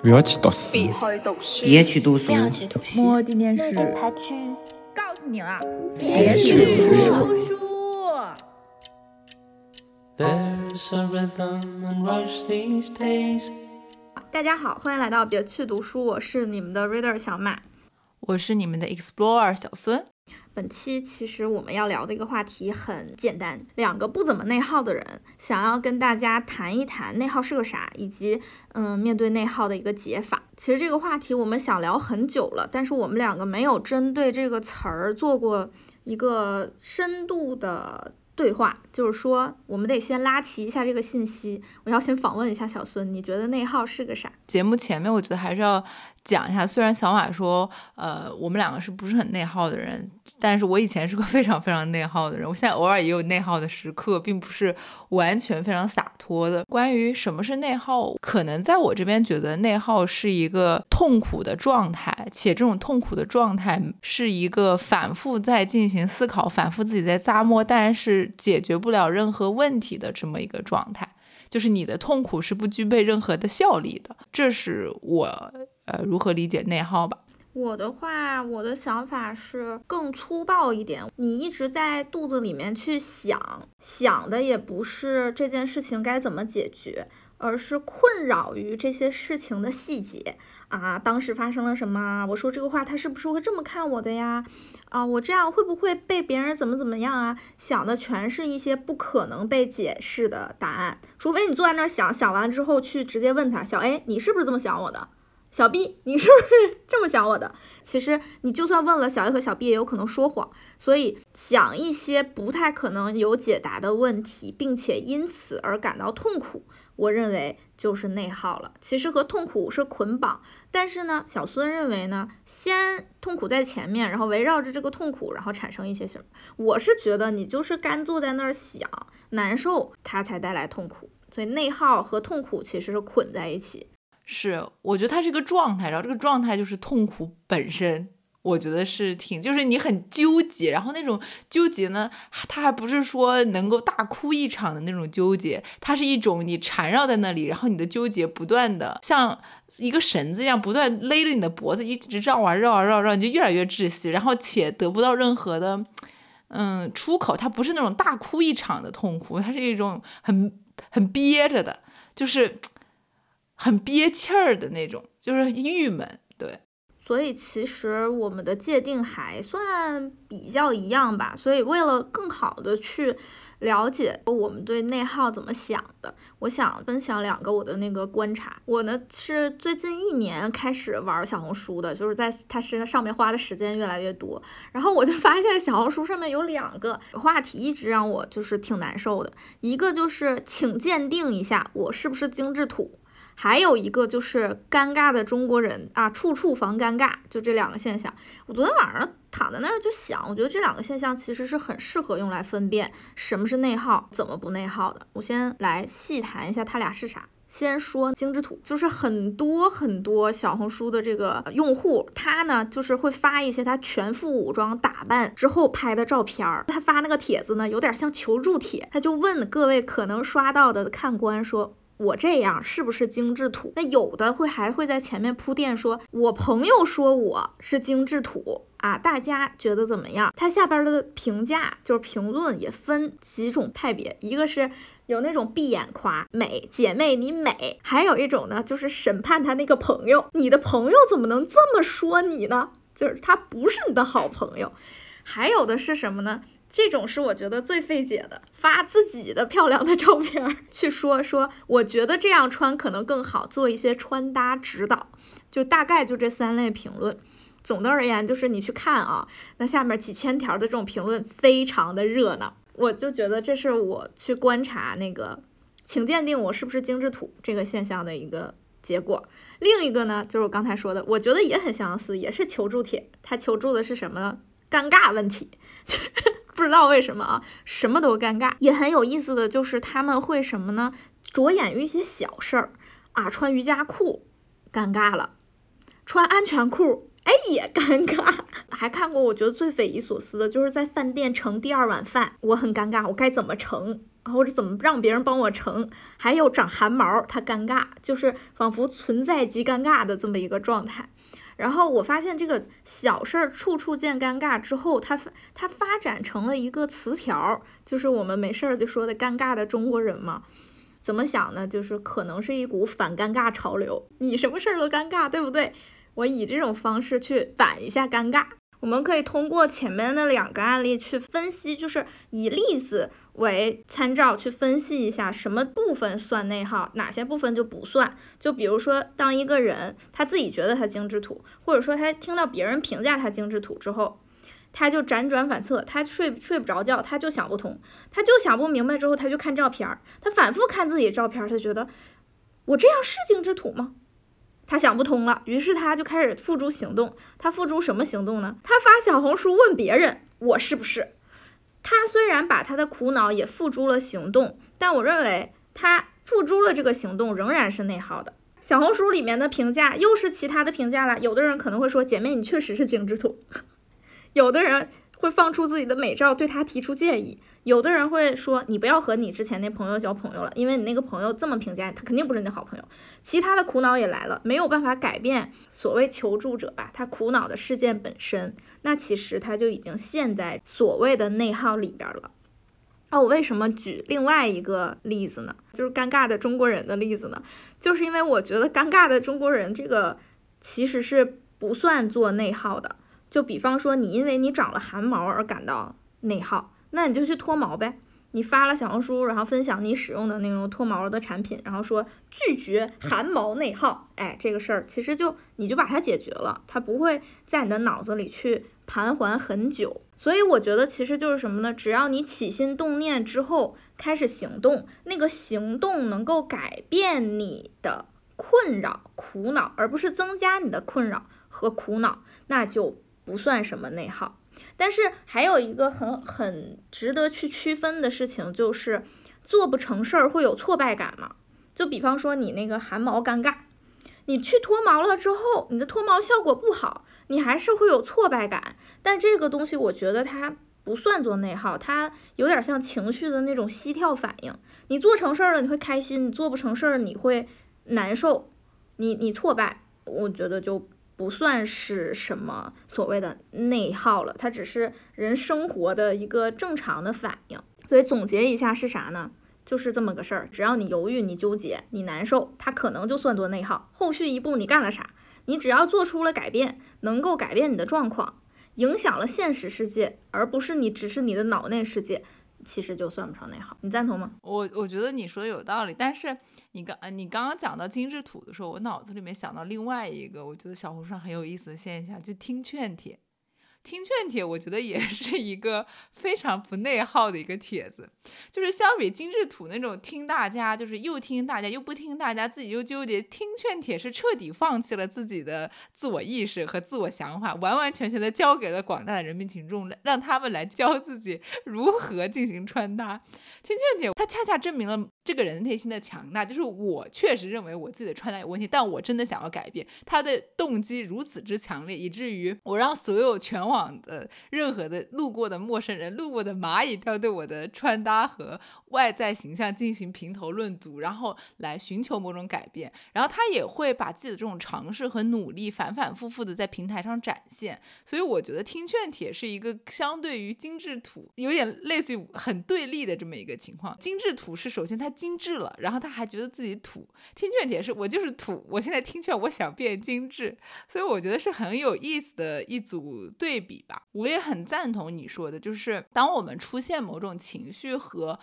不要去读书， 别去读书， 莫地念书， 告诉你了， 别去读书。 大家好，欢迎来到别去读书，我是你们的 reader 小马， 我是你们的 explorer 小孙。 本期其实我们要聊的一个话题很简单，两个不怎么内耗的人想要跟大家谈一谈内耗是个啥，以及面对内耗的一个解法。其实这个话题我们想聊很久了，但是我们两个没有针对这个词儿做过一个深度的对话，就是说我们得先拉齐一下这个信息。我要先访问一下小孙，你觉得内耗是个啥？ 节目前面我觉得还是要讲一下，虽然小马说我们两个是不是很内耗的人，但是我以前是个非常非常内耗的人，我现在偶尔也有内耗的时刻，并不是完全非常洒脱的。关于什么是内耗，可能在我这边觉得内耗是一个痛苦的状态，且这种痛苦的状态是一个反复在进行思考，反复自己在咂摸，但是解决不了任何问题的这么一个状态，就是你的痛苦是不具备任何的效力的。这是我如何理解内耗吧。 我的话，我的想法是更粗暴一点，你一直在肚子里面去想的也不是这件事情该怎么解决，而是困扰于这些事情的细节啊，当时发生了什么，我说这个话他是不是会这么看我的呀，啊，我这样会不会被别人怎么样啊，想的全是一些不可能被解释的答案，除非你坐在那儿想完之后去直接问他，小 A 你是不是这么想我的，小 B 你是不是这么想我的。其实你就算问了，小 A 和小 B 也有可能说谎，所以想一些不太可能有解答的问题，并且因此而感到痛苦，我认为就是内耗了。其实和痛苦是捆绑，但是呢，小孙认为呢，先痛苦在前面，然后围绕着这个痛苦，然后产生一些什么。我是觉得你就是干坐在那儿想，难受，它才带来痛苦。所以内耗和痛苦其实是捆在一起。 是，我觉得它是一个状态，然后这个状态就是痛苦本身。我觉得是就是你很纠结，然后那种纠结呢，它还不是说能够大哭一场的那种纠结，它是一种你缠绕在那里，然后你的纠结不断的像一个绳子一样不断勒着你的脖子，一直绕啊绕啊绕啊绕，你就越来越窒息，然后且得不到任何的出口。它不是那种大哭一场的痛苦，它是一种很憋着的，就是很憋气儿的那种，就是郁闷。对， 所以其实我们的界定还算比较一样吧，所以为了更好的去了解我们对内耗怎么想的，我想分享两个我的那个观察。我呢是最近1年开始玩小红书的，就是在它上面花的时间越来越多，然后我就发现小红书上面有2个话题一直让我就是挺难受的，一个就是请鉴定一下我是不是精致土，还有一个就是尴尬的中国人啊，处处防尴尬，就这2个现象。我昨天晚上躺在那儿就想，我觉得这2个现象其实是很适合用来分辨什么是内耗，怎么不内耗的。我先来细谈一下它俩是啥。先说精致土，就是很多小红书的这个用户，他呢就是会发一些他全副武装打扮之后拍的照片，他发那个帖子呢有点像求助帖，他就问各位可能刷到的看官说，我这样是不是精致土？那有的还会在前面铺垫说，我朋友说我是精致土啊，大家觉得怎么样？他下边的评价就是评论也分几种派别，一个是有那种闭眼夸美，姐妹你美，还有一种呢就是审判他那个朋友，你的朋友怎么能这么说你呢？就是他不是你的好朋友。还有的是什么呢？这种是我觉得最费解的，发自己的漂亮的照片去说我觉得这样穿可能更好，做一些穿搭指导，就大概就这3类评论。总的而言就是你去看啊，那下面几千条的这种评论非常的热闹，我就觉得这是我去观察那个请鉴定我是不是精致土这个现象的一个结果。另一个呢就是我刚才说的，我觉得也很相似，也是求助帖，他求助的是什么呢？尴尬问题不知道为什么啊，什么都尴尬。也很有意思的就是他们会什么呢？着眼于一些小事儿啊，穿瑜伽裤尴尬了，穿安全裤也尴尬。还看过我觉得最匪夷所思的就是在饭店盛第2碗饭，我很尴尬，我该怎么盛？ 或者怎么让别人帮我盛，还有长汗毛他尴尬，就是仿佛存在即尴尬的这么一个状态。然后我发现这个小事儿处处见尴尬之后，它发展成了一个词条，就是我们没事儿就说的尴尬的中国人嘛。怎么想呢？就是可能是一股反尴尬潮流，你什么事儿都尴尬，对不对？我以这种方式去反一下尴尬。我们可以通过前面的2个案例去分析，就是以例子为参照去分析一下什么部分算内耗，哪些部分就不算。就比如说，当一个人他自己觉得他精致土，或者说他听到别人评价他精致土之后，他就辗转反侧，他睡不着觉，他就想不通，他就想不明白，之后他就看照片，他反复看自己的照片，他觉得我这样是精致土吗？他想不通了，于是他就开始付诸行动。他付诸什么行动呢？他发小红书问别人我是不是。他虽然把他的苦恼也付诸了行动，但我认为他付诸了这个行动仍然是内耗的。小红书里面的评价又是其他的评价了，有的人可能会说姐妹你确实是精致土，有的人会放出自己的美照对他提出建议，有的人会说你不要和你之前那朋友交朋友了，因为你那个朋友这么评价他肯定不是你的好朋友。其他的苦恼也来了，没有办法改变所谓求助者吧，他苦恼的事件本身，那其实他就已经陷在所谓的内耗里边了。我为什么举另外一个例子呢？就是尴尬的中国人的例子呢？就是因为我觉得尴尬的中国人这个其实是不算做内耗的。就比方说你因为你长了汗毛而感到内耗，那你就去脱毛呗。你发了小红书，然后分享你使用的那种脱毛的产品，然后说拒绝汗毛内耗，这个事儿其实你就把它解决了，它不会在你的脑子里去盘桓很久。所以我觉得其实就是什么呢？只要你起心动念之后开始行动，那个行动能够改变你的困扰苦恼，而不是增加你的困扰和苦恼，那就不算什么内耗。但是还有一个很值得去区分的事情，就是做不成事儿会有挫败感嘛。就比方说你那个汗毛尴尬，你去脱毛了之后，你的脱毛效果不好，你还是会有挫败感。但这个东西我觉得它不算做内耗，它有点像情绪的那种膝跳反应。你做成事儿了你会开心，你做不成事儿你会难受，你挫败，我觉得就不算是什么所谓的内耗了，它只是人生活的一个正常的反应。所以总结一下是啥呢？就是这么个事儿，只要你犹豫，你纠结，你难受，它可能就算作内耗。后续一步你干了啥？你只要做出了改变，能够改变你的状况，影响了现实世界，而不是只是你的脑内世界，其实就算不上内耗。你赞同吗？ 我觉得你说的有道理，但是你刚刚讲到精致土的时候，我脑子里面想到另外一个我觉得小红书上很有意思的现象，就听劝帖。听劝帖我觉得也是一个非常不内耗的一个帖子，就是相比精致土那种听大家，就是又听大家又不听大家，自己又纠结，听劝帖是彻底放弃了自己的自我意识和自我想法，完完全全的交给了广大的人民群众，让他们来教自己如何进行穿搭。听劝帖它恰恰证明了这个人内心的强大，就是我确实认为我自己的穿搭有问题，但我真的想要改变，他的动机如此之强烈，以至于我让所有全网的任何的路过的陌生人、路过的蚂蚁都要对我的穿搭和外在形象进行评头论足，然后来寻求某种改变。然后他也会把自己的这种尝试和努力反反复复的在平台上展现。所以我觉得听劝帖是一个相对于精致土有点类似于很对立的这么一个情况。精致土是首先他精致了，然后他还觉得自己土；听劝帖是我就是土，我现在听劝我想变精致。所以我觉得是很有意思的一组对比吧。我也很赞同你说的，就是当我们出现某种情绪和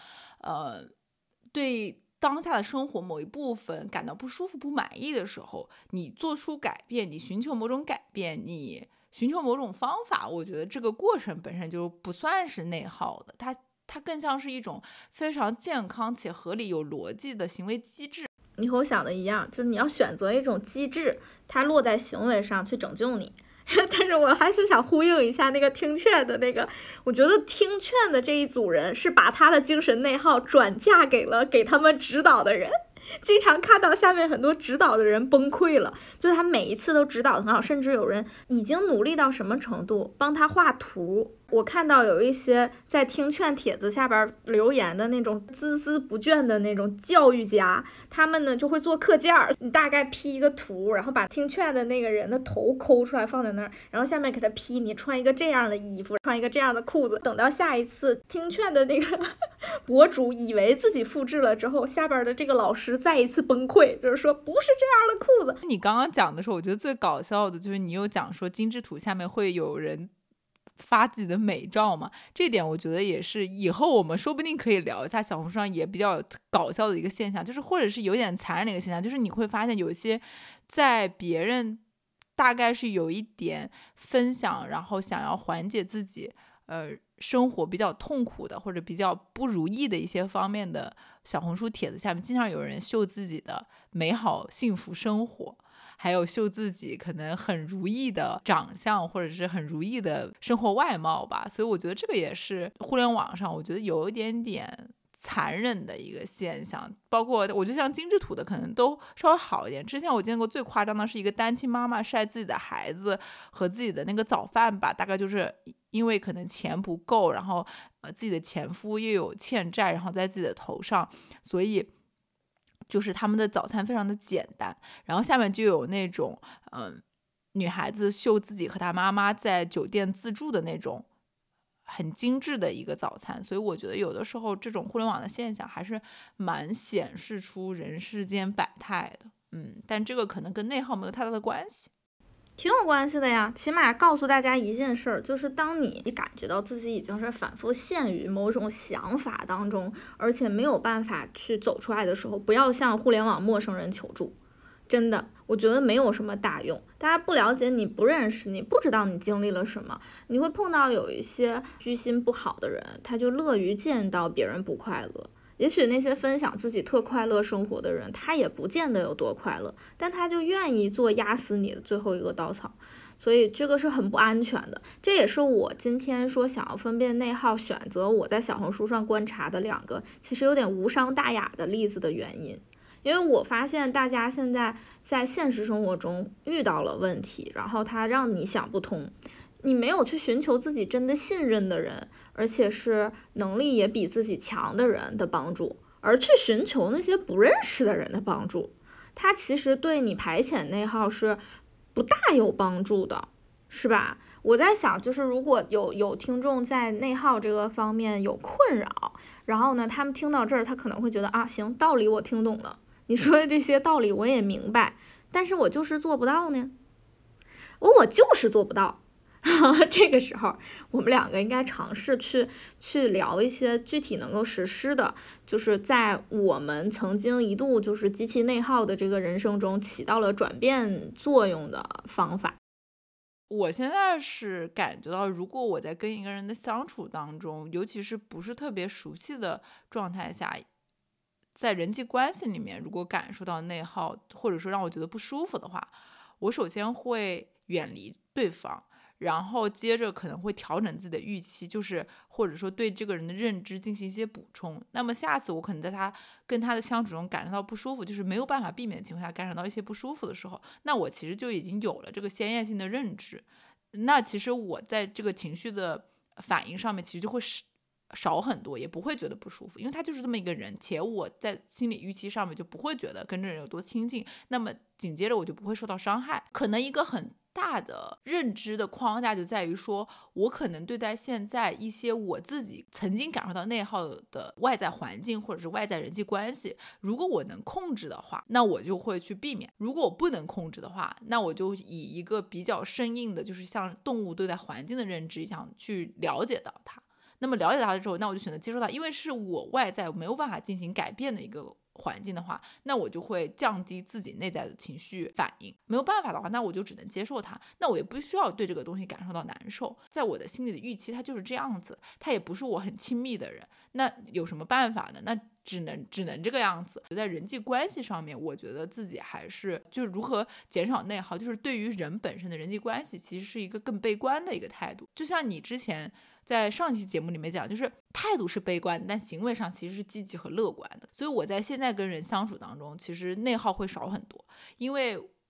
对当下的生活某一部分感到不舒服不满意的时候，你做出改变，你寻求某种改变，你寻求某种方法，我觉得这个过程本身就不算是内耗的，它更像是一种非常健康且合理有逻辑的行为机制。 你和我想的一样，就是你要选择一种机制，它落在行为上去拯救你。但是我还是想呼应一下那个听劝的那个，我觉得听劝的这一组人是把他的精神内耗转嫁给了给他们指导的人，经常看到下面很多指导的人崩溃了，就是他每一次都指导得很好，甚至有人已经努力到什么程度，帮他画图， 我看到有一些在听劝帖子下边留言的那种孜孜不倦的那种教育家，他们呢就会做课件儿，你大概 P 一个图，然后把听劝的那个人的头抠出来放在那儿，然后下面给他 P 你穿一个这样的衣服，穿一个这样的裤子，等到下一次听劝的那个博主以为自己复制了之后，下边的这个老师再一次崩溃，就是说不是这样的裤子。 你刚刚讲的时候，我觉得最搞笑的就是你有讲说精致图下面会有人发自己的美照嘛，这点我觉得也是以后我们说不定可以聊一下小红书上也比较搞笑的一个现象，就是或者是有点残忍的一个现象，就是你会发现有一些在别人大概是有一点分享，然后想要缓解自己生活比较痛苦的或者比较不如意的一些方面的小红书帖子下面，经常有人秀自己的美好幸福生活，还有秀自己可能很如意的长相或者是很如意的生活外貌吧。所以我觉得这个也是互联网上我觉得有一点点残忍的一个现象，包括我觉得像精致图的可能都稍微好一点。之前我见过最夸张的是一个单亲妈妈晒自己的孩子和自己的那个早饭吧，大概就是因为可能钱不够，然后自己的前夫又有欠债，然后在自己的头上，所以就是他们的早餐非常的简单，然后下面就有那种女孩子秀自己和她妈妈在酒店自助的那种很精致的一个早餐。所以我觉得有的时候这种互联网的现象还是蛮显示出人世间百态的，但这个可能跟内耗没有太大的关系。 挺有关系的呀，起码告诉大家一件事儿，就是当你感觉到自己已经是反复陷于某种想法当中，而且没有办法去走出来的时候，不要向互联网陌生人求助。真的，我觉得没有什么大用。大家不了解你，不认识你，不知道你经历了什么，你会碰到有一些居心不好的人，他就乐于见到别人不快乐。也许那些分享自己特快乐生活的人，他也不见得有多快乐，但他就愿意做压死你的最后一个稻草，所以这个是很不安全的。这也是我今天说想要分辨内耗，选择我在小红书上观察的2个其实有点无伤大雅的例子的原因。因为我发现大家现在在现实生活中遇到了问题，然后它让你想不通，你没有去寻求自己真的信任的人，而且是能力也比自己强的人的帮助，而去寻求那些不认识的人的帮助，它其实对你排遣内耗是不大有帮助的，是吧？我在想，就是如果有听众在内耗这个方面有困扰，然后呢，他们听到这儿，他可能会觉得啊，行，道理我听懂了，你说的这些道理我也明白，但是我就是做不到呢，我就是做不到。这个时候我们2个应该尝试去聊一些具体能够实施的，就是在我们曾经一度就是极其内耗的这个人生中起到了转变作用的方法。 我现在是感觉到，如果我在跟一个人的相处当中，尤其是不是特别熟悉的状态下，在人际关系里面如果感受到内耗，或者说让我觉得不舒服的话，我首先会远离对方，然后接着可能会调整自己的预期，就是或者说对这个人的认知进行一些补充。那么下次我可能在跟他的相处中感受到不舒服，就是没有办法避免的情况下感受到一些不舒服的时候，那我其实就已经有了这个先验性的认知，那其实我在这个情绪的反应上面其实就会少很多，也不会觉得不舒服，因为他就是这么一个人，且我在心理预期上面就不会觉得跟这人有多亲近，那么紧接着我就不会受到伤害。可能一个很大的认知的框架就在于说，我可能对待现在一些我自己曾经感受到内耗的外在环境或者是外在人际关系，如果我能控制的话，那我就会去避免；如果我不能控制的话，那我就以一个比较生硬的，就是像动物对待环境的认知一样去了解到它。那么了解它之后，那我就选择接受它，因为是我外在没有办法进行改变的一个环境的话，那我就会降低自己内在的情绪反应。没有办法的话，那我就只能接受它，那我也不需要对这个东西感受到难受。在我的心里的预期，它就是这样子，它也不是我很亲密的人，那有什么办法呢？那只能这个样子。在人际关系上面，我觉得自己还是就是如何减少内耗，就是对于人本身的人际关系，其实是一个更悲观的一个态度。就像你之前在上一期节目里面讲，就是态度是悲观，但行为上其实是积极和乐观的。所以我在现在跟人相处当中，其实内耗会少很多，因为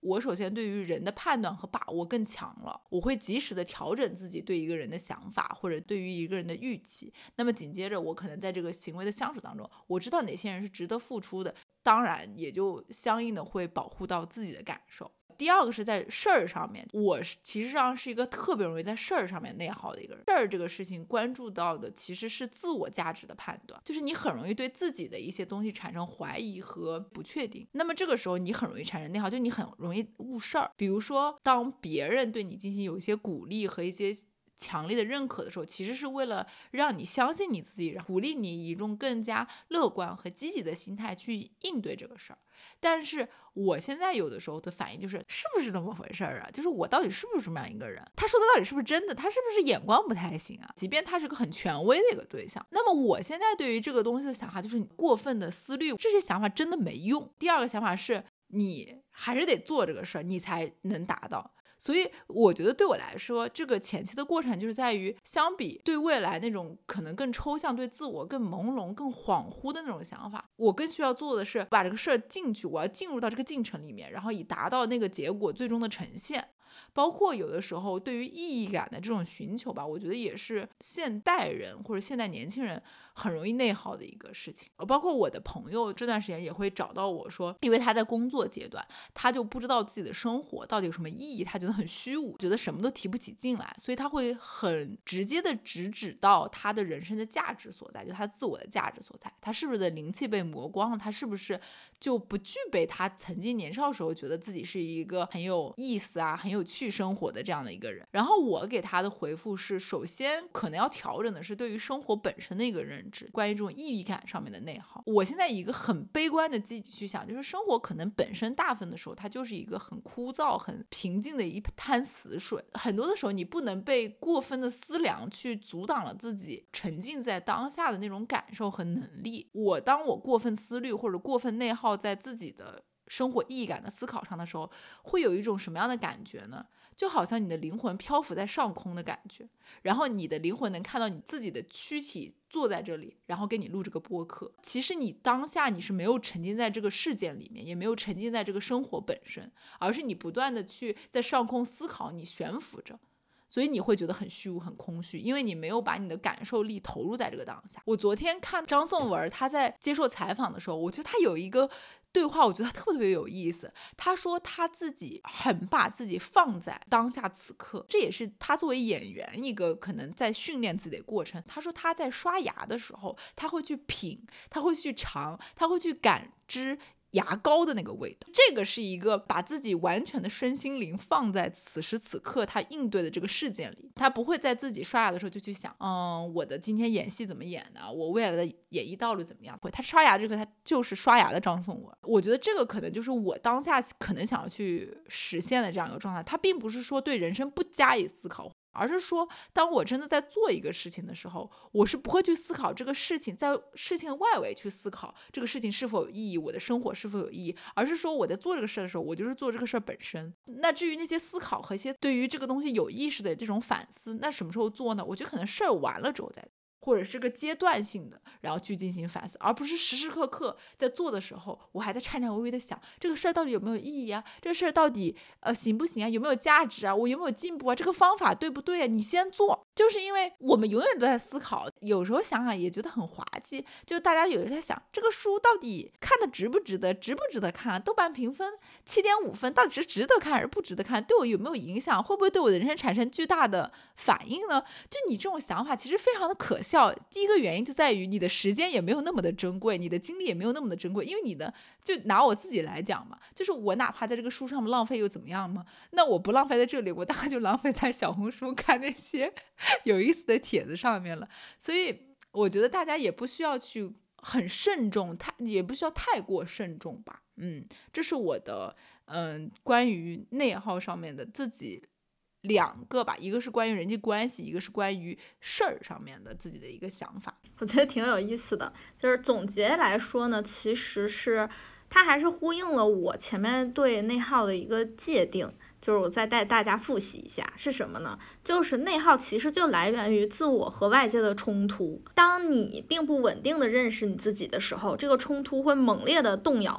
我首先对于人的判断和把握更强了，我会及时的调整自己对一个人的想法或者对于一个人的预期。那么紧接着我可能在这个行为的相处当中，我知道哪些人是值得付出的，当然也就相应的会保护到自己的感受。第二个是在事儿上面，我其实上是一个特别容易在事儿上面内耗的一个人。事儿这个事情关注到的其实是自我价值的判断，就是你很容易对自己的一些东西产生怀疑和不确定，那么这个时候你很容易产生内耗，就你很容易误事儿。比如说当别人对你进行有一些鼓励和一些强烈的认可的时候，其实是为了让你相信你自己，鼓励你以一种更加乐观和积极的心态去应对这个事儿。但是我现在有的时候的反应就是不是这么回事啊？就是我到底是不是这么样一个人？他说的到底是不是真的？他是不是眼光不太行啊？即便他是个很权威的一个对象，那么我现在对于这个东西的想法就是你过分的思虑，这些想法真的没用。第二个想法是你还是得做这个事儿，你才能达到。所以我觉得对我来说，这个前期的过程就是在于，相比对未来那种可能更抽象、对自我更朦胧、更恍惚的那种想法，我更需要做的是把这个事儿进去，我要进入到这个进程里面，然后以达到那个结果最终的呈现。包括有的时候对于意义感的这种寻求吧，我觉得也是现代人或者现代年轻人很容易内耗的一个事情。包括我的朋友这段时间也会找到我说，因为他在工作阶段，他就不知道自己的生活到底有什么意义，他觉得很虚无，觉得什么都提不起劲来，所以他会很直接的直指到他的人生的价值所在，就他自我的价值所在，他是不是的灵气被磨光了，他是不是就不具备他曾经年少时候觉得自己是一个很有意思啊很有趣生活的这样的一个人。然后我给他的回复是，首先可能要调整的是对于生活本身的一个认知，关于这种意义感上面的内耗。我现在以一个很悲观的积极去想，就是生活可能本身大部分的时候它就是一个很枯燥很平静的一滩死水，很多的时候你不能被过分的思量去阻挡了自己沉浸在当下的那种感受和能力。当我过分思虑或者过分内耗在自己的生活意义感的思考上的时候，会有一种什么样的感觉呢？就好像你的灵魂漂浮在上空的感觉，然后你的灵魂能看到你自己的躯体坐在这里，然后给你录这个播客。其实你当下你是没有沉浸在这个事件里面，也没有沉浸在这个生活本身，而是你不断的去在上空思考，你悬浮着，所以你会觉得很虚无很空虚，因为你没有把你的感受力投入在这个当下。我昨天看张颂文他在接受采访的时候，我觉得他有一个对话，我觉得他特别有意思。他说他自己很把自己放在当下此刻，这也是他作为演员一个可能在训练自己的过程。他说他在刷牙的时候，他会去品，他会去尝，他会去感知牙膏的那个味道，这个是一个把自己完全的身心灵放在此时此刻他应对的这个事件里，他不会在自己刷牙的时候就去想我的今天演戏怎么演的，我未来的演艺道路怎么样，他刷牙这个他就是刷牙的张颂文。我觉得这个可能就是我当下可能想要去实现的这样一个状态，他并不是说对人生不加以思考，而是说当我真的在做一个事情的时候，我是不会去思考这个事情，在事情的外围去思考这个事情是否有意义，我的生活是否有意义，而是说我在做这个事的时候，我就是做这个事本身。那至于那些思考和一些对于这个东西有意识的这种反思，那什么时候做呢？我觉得可能事儿完了之后再，或者是个阶段性的，然后去进行反思，而不是时时刻刻在做的时候我还在颤颤巍巍的想这个事儿到底有没有意义啊，这个事儿到底行不行啊，有没有价值啊，我有没有进步啊，这个方法对不对啊，你先做。就是因为我们永远都在思考，有时候想想也觉得很滑稽，就大家有人在想这个书到底看的值不值得看，豆瓣评分7.5分到底是值得看还是不值得看，对我有没有影响，会不会对我的人生产生巨大的反应呢？就你这种想法其实非常的可笑。第一个原因就在于你的时间也没有那么的珍贵，你的精力也没有那么的珍贵，因为你的就拿我自己来讲嘛，就是我哪怕在这个书上面浪费又怎么样吗？那我不浪费在这里，我大概就浪费在小红书看那些有意思的帖子上面了。所以我觉得大家也不需要去很慎重，也不需要太过慎重吧。这是我的关于内耗上面的自己两个吧，一个是关于人际关系，一个是关于事儿上面的自己的一个想法。 我觉得挺有意思的，就是总结来说呢，其实是它还是呼应了我前面对内耗的一个界定，就是我再带大家复习一下是什么呢？就是内耗其实就来源于自我和外界的冲突。当你并不稳定的认识你自己的时候，这个冲突会猛烈的动摇你，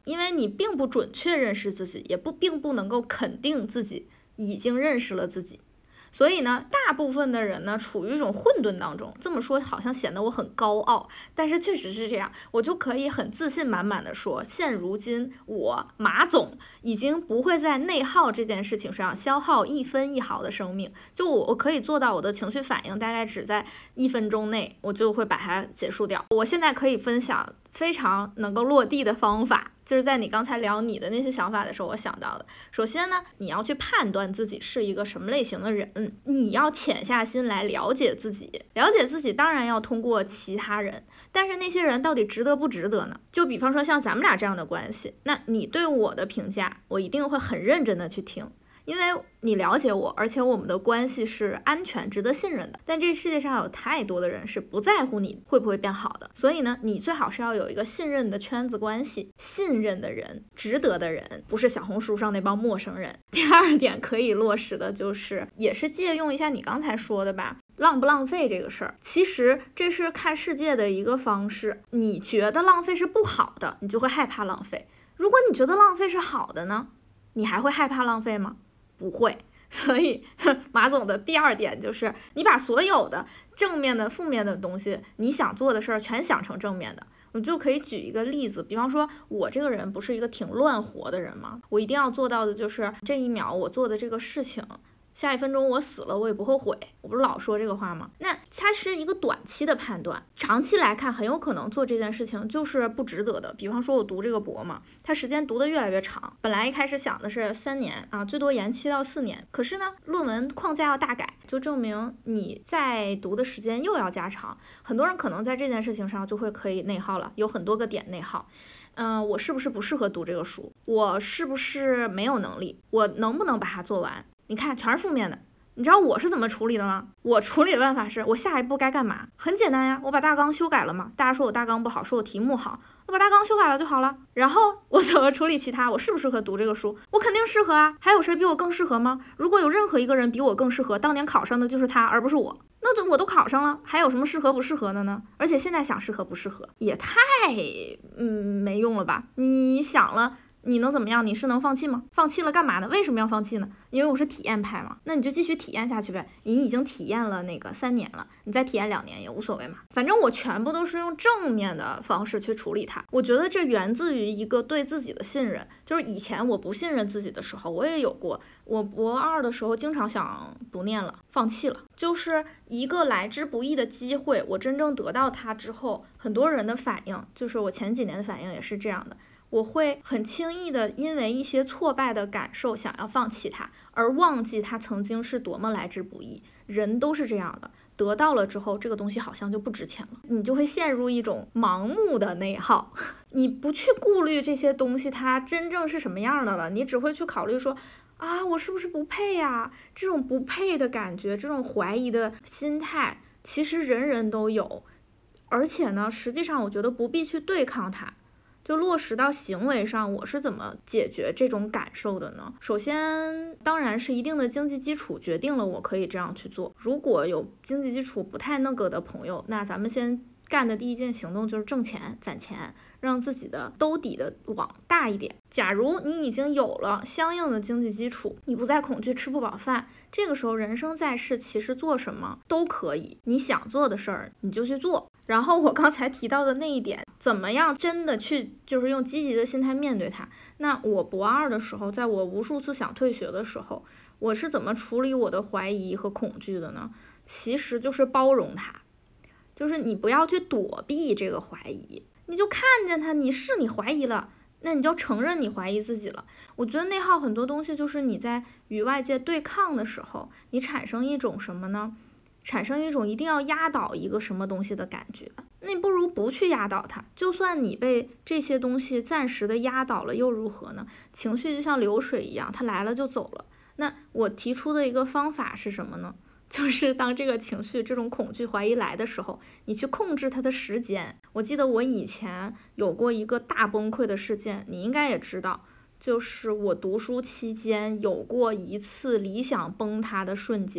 因为你并不准确认识自己，也并不能够肯定自己已经认识了自己。所以呢，大部分的人呢处于一种混沌当中。这么说好像显得我很高傲，但是确实是这样。我就可以很自信满满的说，现如今我马总已经不会在内耗这件事情上消耗一分一毫的生命。就我可以做到，我的情绪反应大概只在1分钟内，我就会把它结束掉。我现在可以分享非常能够落地的方法，就是在你刚才聊你的那些想法的时候我想到的。首先呢，你要去判断自己是一个什么类型的人，你要潜下心来了解自己。了解自己当然要通过其他人，但是那些人到底值得不值得呢？就比方说像咱们俩这样的关系，那你对我的评价我一定会很认真的去听，因为你了解我，而且我们的关系是安全值得信任的。但这世界上有太多的人是不在乎你会不会变好的，所以呢，你最好是要有一个信任的圈子关系，信任的人，值得的人，不是小红书上那帮陌生人。第二点可以落实的就是，也是借用一下你刚才说的吧，浪不浪费这个事儿，其实这是看世界的一个方式。你觉得浪费是不好的，你就会害怕浪费；如果你觉得浪费是好的呢，你还会害怕浪费吗？不会。所以马总的第二点就是，你把所有的正面的负面的东西，你想做的事儿全想成正面的。我就可以举一个例子，比方说我这个人不是一个挺乱活的人吗？我一定要做到的就是这一秒我做的这个事情，下1分钟我死了我也不后悔，我不是老说这个话吗？那它是一个短期的判断，长期来看很有可能做这件事情就是不值得的。比方说我读这个博嘛，它时间读得越来越长，本来一开始想的是3年啊，最多延期到4年，可是呢论文框架要大改，就证明你在读的时间又要加长。很多人可能在这件事情上就会可以内耗了，有很多个点内耗。我是不是不适合读这个书？我是不是没有能力？我能不能把它做完？你看，全是负面的。你知道我是怎么处理的吗？我处理的办法是，我下一步该干嘛？很简单呀，我把大纲修改了嘛。大家说我大纲不好，说我题目好，我把大纲修改了就好了。然后我怎么处理其他？我适不适合读这个书？我肯定适合啊。还有谁比我更适合吗？如果有任何一个人比我更适合，当年考上的就是他，而不是我。那我都考上了，还有什么适合不适合的呢？而且现在想适合不适合，也太没用了吧？你想了。你能怎么样？你是能放弃吗？放弃了干嘛呢？为什么要放弃呢？因为我是体验派嘛。那你就继续体验下去呗。你已经体验了那个3年了，你再体验2年也无所谓嘛。反正我全部都是用正面的方式去处理它。我觉得这源自于一个对自己的信任。就是以前我不信任自己的时候，我也有过。我博2的时候经常想不念了，放弃了。就是一个来之不易的机会，我真正得到它之后，很多人的反应，就是我前几年的反应也是这样的。我会很轻易的因为一些挫败的感受想要放弃它，而忘记它曾经是多么来之不易。人都是这样的，得到了之后这个东西好像就不值钱了，你就会陷入一种盲目的内耗。你不去顾虑这些东西它真正是什么样的了，你只会去考虑说啊，我是不是不配呀？这种不配的感觉，这种怀疑的心态，其实人人都有。而且呢，实际上我觉得不必去对抗它。就落实到行为上，我是怎么解决这种感受的呢？首先，当然是一定的经济基础决定了我可以这样去做。如果有经济基础不太那个的朋友，那咱们先干的第一件行动就是挣钱、攒钱，让自己的兜底的网大一点。假如你已经有了相应的经济基础，你不再恐惧吃不饱饭，这个时候人生在世，其实做什么都可以，你想做的事儿你就去做。然后我刚才提到的那一点，怎么样真的去就是用积极的心态面对它。那我博2的时候，在我无数次想退学的时候，我是怎么处理我的怀疑和恐惧的呢？其实就是包容它，就是你不要去躲避这个怀疑，你就看见它，你怀疑了，那你就承认你怀疑自己了。我觉得内耗很多东西就是你在与外界对抗的时候，你产生一种什么呢？产生一种一定要压倒一个什么东西的感觉，那你不如不去压倒它。就算你被这些东西暂时的压倒了又如何呢？情绪就像流水一样，它来了就走了。那我提出的一个方法是什么呢？就是当这个情绪、这种恐惧、怀疑来的时候，你去控制它的时间。我记得我以前有过一个大崩溃的事件，你应该也知道，就是我读书期间有过一次理想崩塌的瞬间。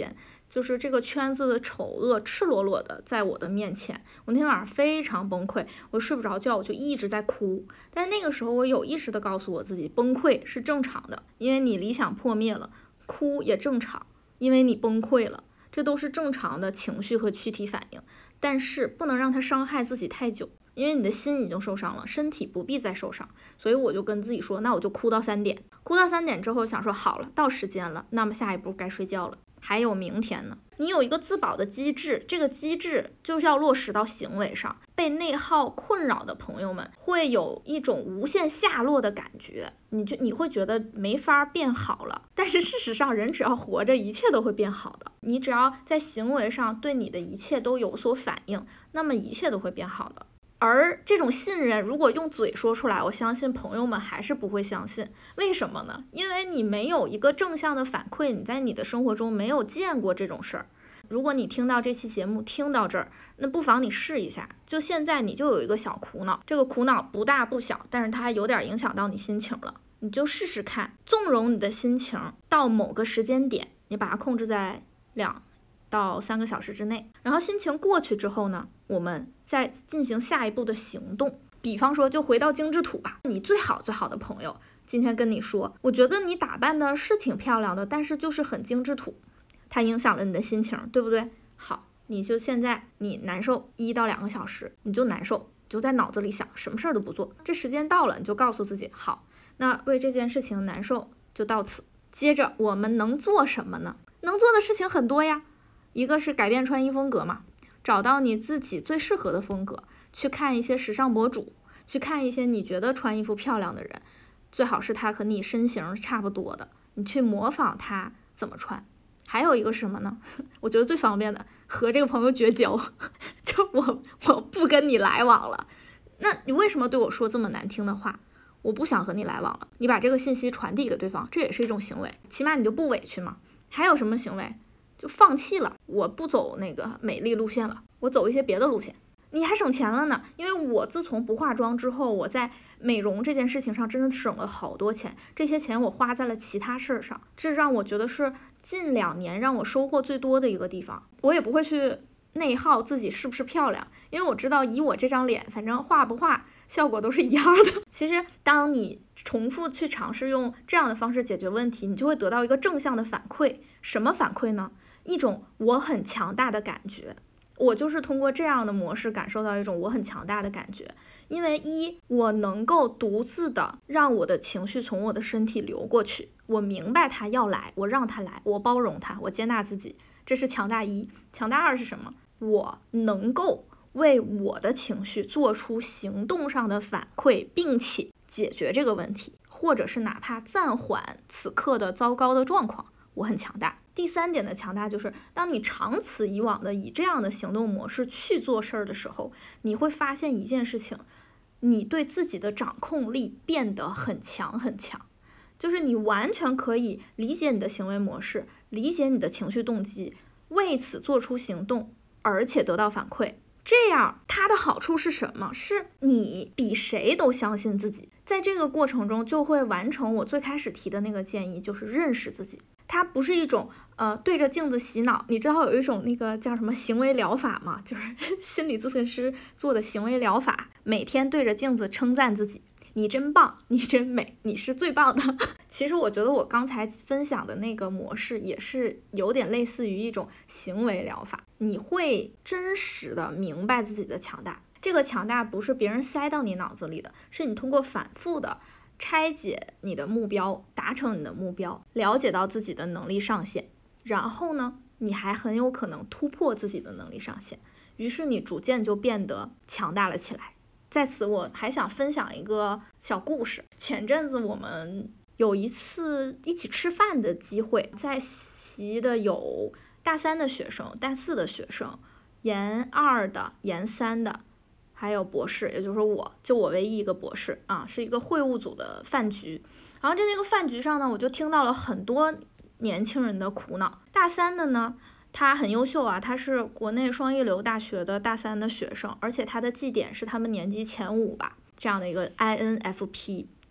就是这个圈子的丑恶赤裸裸的在我的面前。我那天晚上非常崩溃，我睡不着觉，我就一直在哭。但是那个时候我有意识的告诉我自己，崩溃是正常的，因为你理想破灭了；哭也正常，因为你崩溃了，这都是正常的情绪和躯体反应。但是不能让它伤害自己太久，因为你的心已经受伤了，身体不必再受伤。所以我就跟自己说，那我就哭到3点。哭到3点之后想说，好了，到时间了，那么下一步该睡觉了，还有明天呢。你有一个自保的机制，这个机制就是要落实到行为上。被内耗困扰的朋友们会有一种无限下落的感觉，你会觉得没法变好了。但是事实上，人只要活着，一切都会变好的。你只要在行为上对你的一切都有所反应，那么一切都会变好的。而这种信任如果用嘴说出来，我相信朋友们还是不会相信。为什么呢？因为你没有一个正向的反馈，你在你的生活中没有见过这种事儿。如果你听到这期节目听到这儿，那不妨你试一下，就现在你就有一个小苦恼，这个苦恼不大不小，但是它还有点影响到你心情了，你就试试看，纵容你的心情到某个时间点，你把它控制在2到3个小时之内，然后心情过去之后呢，我们再进行下一步的行动。比方说就回到精致土吧，你最好的朋友今天跟你说，我觉得你打扮的是挺漂亮的，但是就是很精致土，它影响了你的心情，对不对？好，你就现在你难受1到2个小时，你就难受，就在脑子里想，什么事儿都不做，这时间到了你就告诉自己，好，那为这件事情难受就到此。接着我们能做什么呢？能做的事情很多呀，一个是改变穿衣风格嘛，找到你自己最适合的风格，去看一些时尚博主，去看一些你觉得穿衣服漂亮的人，最好是他和你身形差不多的，你去模仿他怎么穿。还有一个什么呢？我觉得最方便的，和这个朋友绝交，就我不跟你来往了。那你为什么对我说这么难听的话？我不想和你来往了。你把这个信息传递给对方，这也是一种行为，起码你就不委屈嘛。还有什么行为？就放弃了，我不走那个美丽路线了，我走一些别的路线。你还省钱了呢，因为我自从不化妆之后，我在美容这件事情上真的省了好多钱，这些钱我花在了其他事儿上，这让我觉得是近2年让我收获最多的一个地方。我也不会去内耗自己是不是漂亮，因为我知道以我这张脸，反正画不画效果都是一样的。其实当你重复去尝试用这样的方式解决问题，你就会得到一个正向的反馈。什么反馈呢？一种我很强大的感觉。我就是通过这样的模式感受到一种我很强大的感觉，因为我能够独自的让我的情绪从我的身体流过去，我明白它要来，我让它来，我包容它，我接纳自己，这是强大1。强大2是什么？我能够为我的情绪做出行动上的反馈，并且解决这个问题，或者是哪怕暂缓此刻的糟糕的状况，我很强大。第3点的强大就是，当你长此以往的以这样的行动模式去做事儿的时候，你会发现一件事情，你对自己的掌控力变得很强很强，就是你完全可以理解你的行为模式，理解你的情绪动机，为此做出行动，而且得到反馈。这样它的好处是什么？是你比谁都相信自己，在这个过程中就会完成我最开始提的那个建议，就是认识自己。它不是一种对着镜子洗脑，你知道有一种那个叫什么行为疗法吗？就是心理咨询师做的行为疗法，每天对着镜子称赞自己，你真棒，你真美，你是最棒的。其实我觉得我刚才分享的那个模式也是有点类似于一种行为疗法，你会真实的明白自己的强大。这个强大不是别人塞到你脑子里的，是你通过反复的拆解你的目标，达成你的目标，了解到自己的能力上限，然后呢，你还很有可能突破自己的能力上限，于是你逐渐就变得强大了起来。在此我还想分享一个小故事。前阵子我们有一次一起吃饭的机会，在席的有大3的学生、大4的学生、研2的、研3的，还有博士，也就是我唯一一个博士啊，是一个会务组的饭局。然后在那个饭局上呢，我就听到了很多年轻人的苦恼。大3的呢，他很优秀啊，他是国内双一流大学的大3的学生，而且他的绩点是他们年级前5吧，这样的一个 INFP，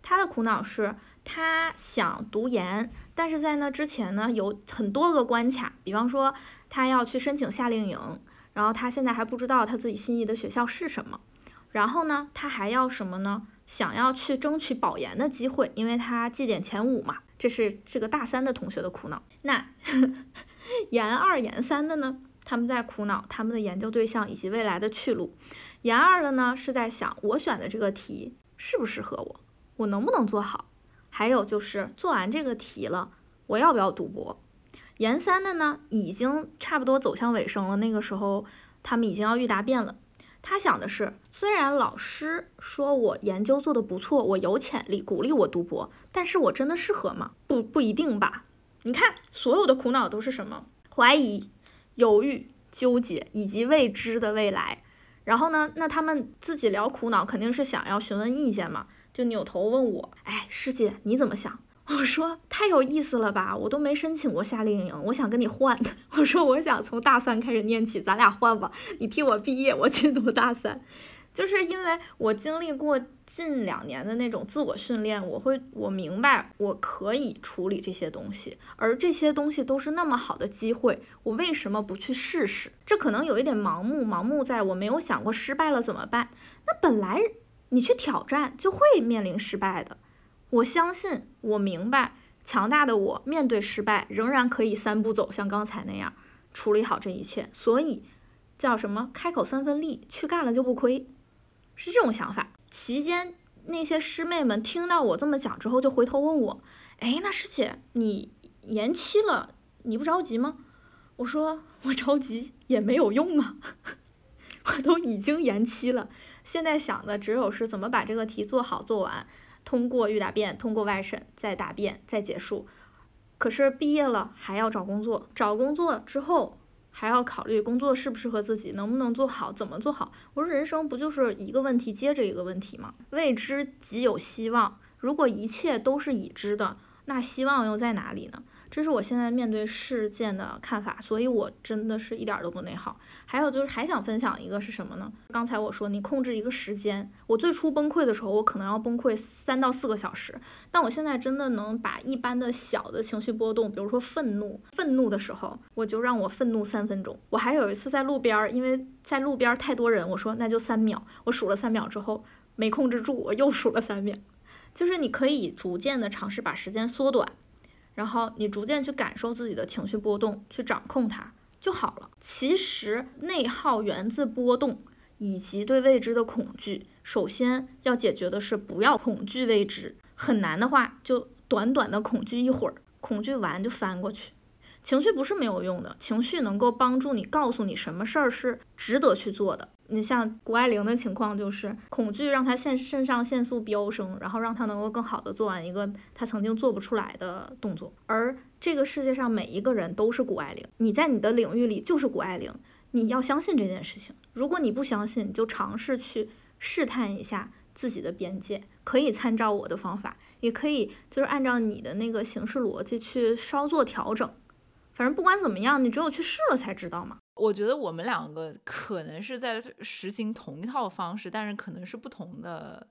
他的苦恼是他想读研，但是在那之前呢有很多个关卡，比方说他要去申请夏令营，然后他现在还不知道他自己心仪的学校是什么，然后呢他还要什么呢？想要去争取保研的机会，因为他绩点前5嘛，这是这个大3的同学的苦恼。那研2研3的呢，他们在苦恼他们的研究对象以及未来的去路。研2的呢是在想我选的这个题适不适合我，我能不能做好，还有就是做完这个题了我要不要读博。研3的呢已经差不多走向尾声了，那个时候他们已经要预答辩了。他想的是，虽然老师说我研究做得不错，我有潜力，鼓励我读博，但是我真的适合吗？不一定吧。你看所有的苦恼都是什么？怀疑、犹豫、纠结以及未知的未来。然后呢，那他们自己聊苦恼肯定是想要询问意见嘛，就扭头问我，哎，师姐你怎么想？我说太有意思了吧，我都没申请过夏令营，我想跟你换。我说我想从大3开始念起，咱俩换吧，你替我毕业，我去读大3。就是因为我经历过近2年的那种自我训练，我明白我可以处理这些东西，而这些东西都是那么好的机会，我为什么不去试试？这可能有一点盲目在我没有想过失败了怎么办。那本来你去挑战就会面临失败的，我相信我明白强大的我面对失败仍然可以3步走，像刚才那样处理好这一切。所以叫什么开口3分利，去干了就不亏，是这种想法。期间那些师妹们听到我这么讲之后就回头问我，哎，那师姐你延期了你不着急吗？我说我着急也没有用啊我都已经延期了，现在想的只有是怎么把这个题做好做完，通过预答辩，通过外审，再答辩，再结束。可是毕业了还要找工作，找工作之后还要考虑工作适不适合自己，能不能做好，怎么做好。我说人生不就是一个问题接着一个问题吗？未知即有希望，如果一切都是已知的，那希望又在哪里呢？这是我现在面对事件的看法，所以我真的是一点都不内耗。还有就是还想分享一个是什么呢？刚才我说你控制一个时间，我最初崩溃的时候我可能要崩溃3到4个小时，但我现在真的能把一般的小的情绪波动，比如说愤怒的时候，我就让我愤怒3分钟。我还有一次在路边，因为在路边太多人，我说那就3秒，我数了3秒之后没控制住，我又数了3秒。就是你可以逐渐的尝试把时间缩短，然后你逐渐去感受自己的情绪波动，去掌控它就好了。其实内耗源自波动以及对未知的恐惧，首先要解决的是不要恐惧未知，很难的话就短短的恐惧一会儿，恐惧完就翻过去。情绪不是没有用的，情绪能够帮助你，告诉你什么事儿是值得去做的。你像谷爱凌的情况，就是恐惧让她肾上腺素飙升，然后让她能够更好的做完一个她曾经做不出来的动作。而这个世界上每一个人都是谷爱凌，你在你的领域里就是谷爱凌，你要相信这件事情。如果你不相信，你就尝试去试探一下自己的边界，可以参照我的方法，也可以就是按照你的那个形式逻辑去稍作调整。反正不管怎么样，你只有去试了才知道嘛。 我觉得我们2个可能是在实行同一套方式，但是可能是不同的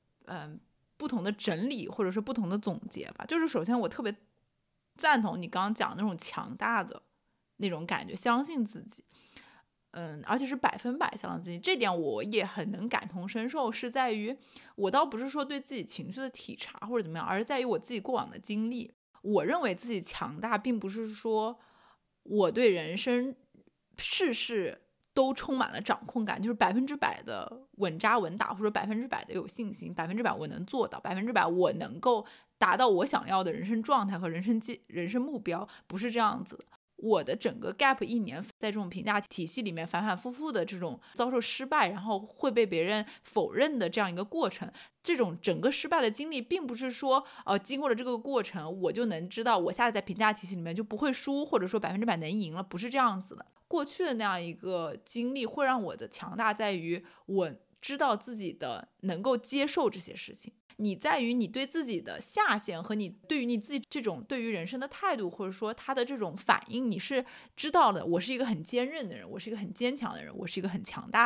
整理，或者是不同的总结吧。就是首先我特别赞同你刚刚讲的那种强大的那种感觉，相信自己，而且是100%相信自己。这点我也很能感同身受，是在于我倒不是说对自己情绪的体察或者怎么样，而是在于我自己过往的经历。我认为自己强大，并不是说我对人生事事都充满了掌控感，就是100%的稳扎稳打，或者100%的有信心，100%我能做到，100%我能够达到我想要的人生状态和人生目标，不是这样子的。我的整个 gap 1年，在这种评价体系里面反反复复的这种遭受失败，然后会被别人否认的这样一个过程，这种整个失败的经历，并不是说经过了这个过程我就能知道我下次在评价体系里面就不会输，或者说100%能赢了，不是这样子的。过去的那样一个经历会让我的强大在于我知道自己的能够接受这些事情。你在于你对自己的下限和你对于你自己这种对于人生的态度，或者说他的这种反应，你是知道的。我是一个很坚韧的人，我是一个很坚强的人，我是一个很强大的人。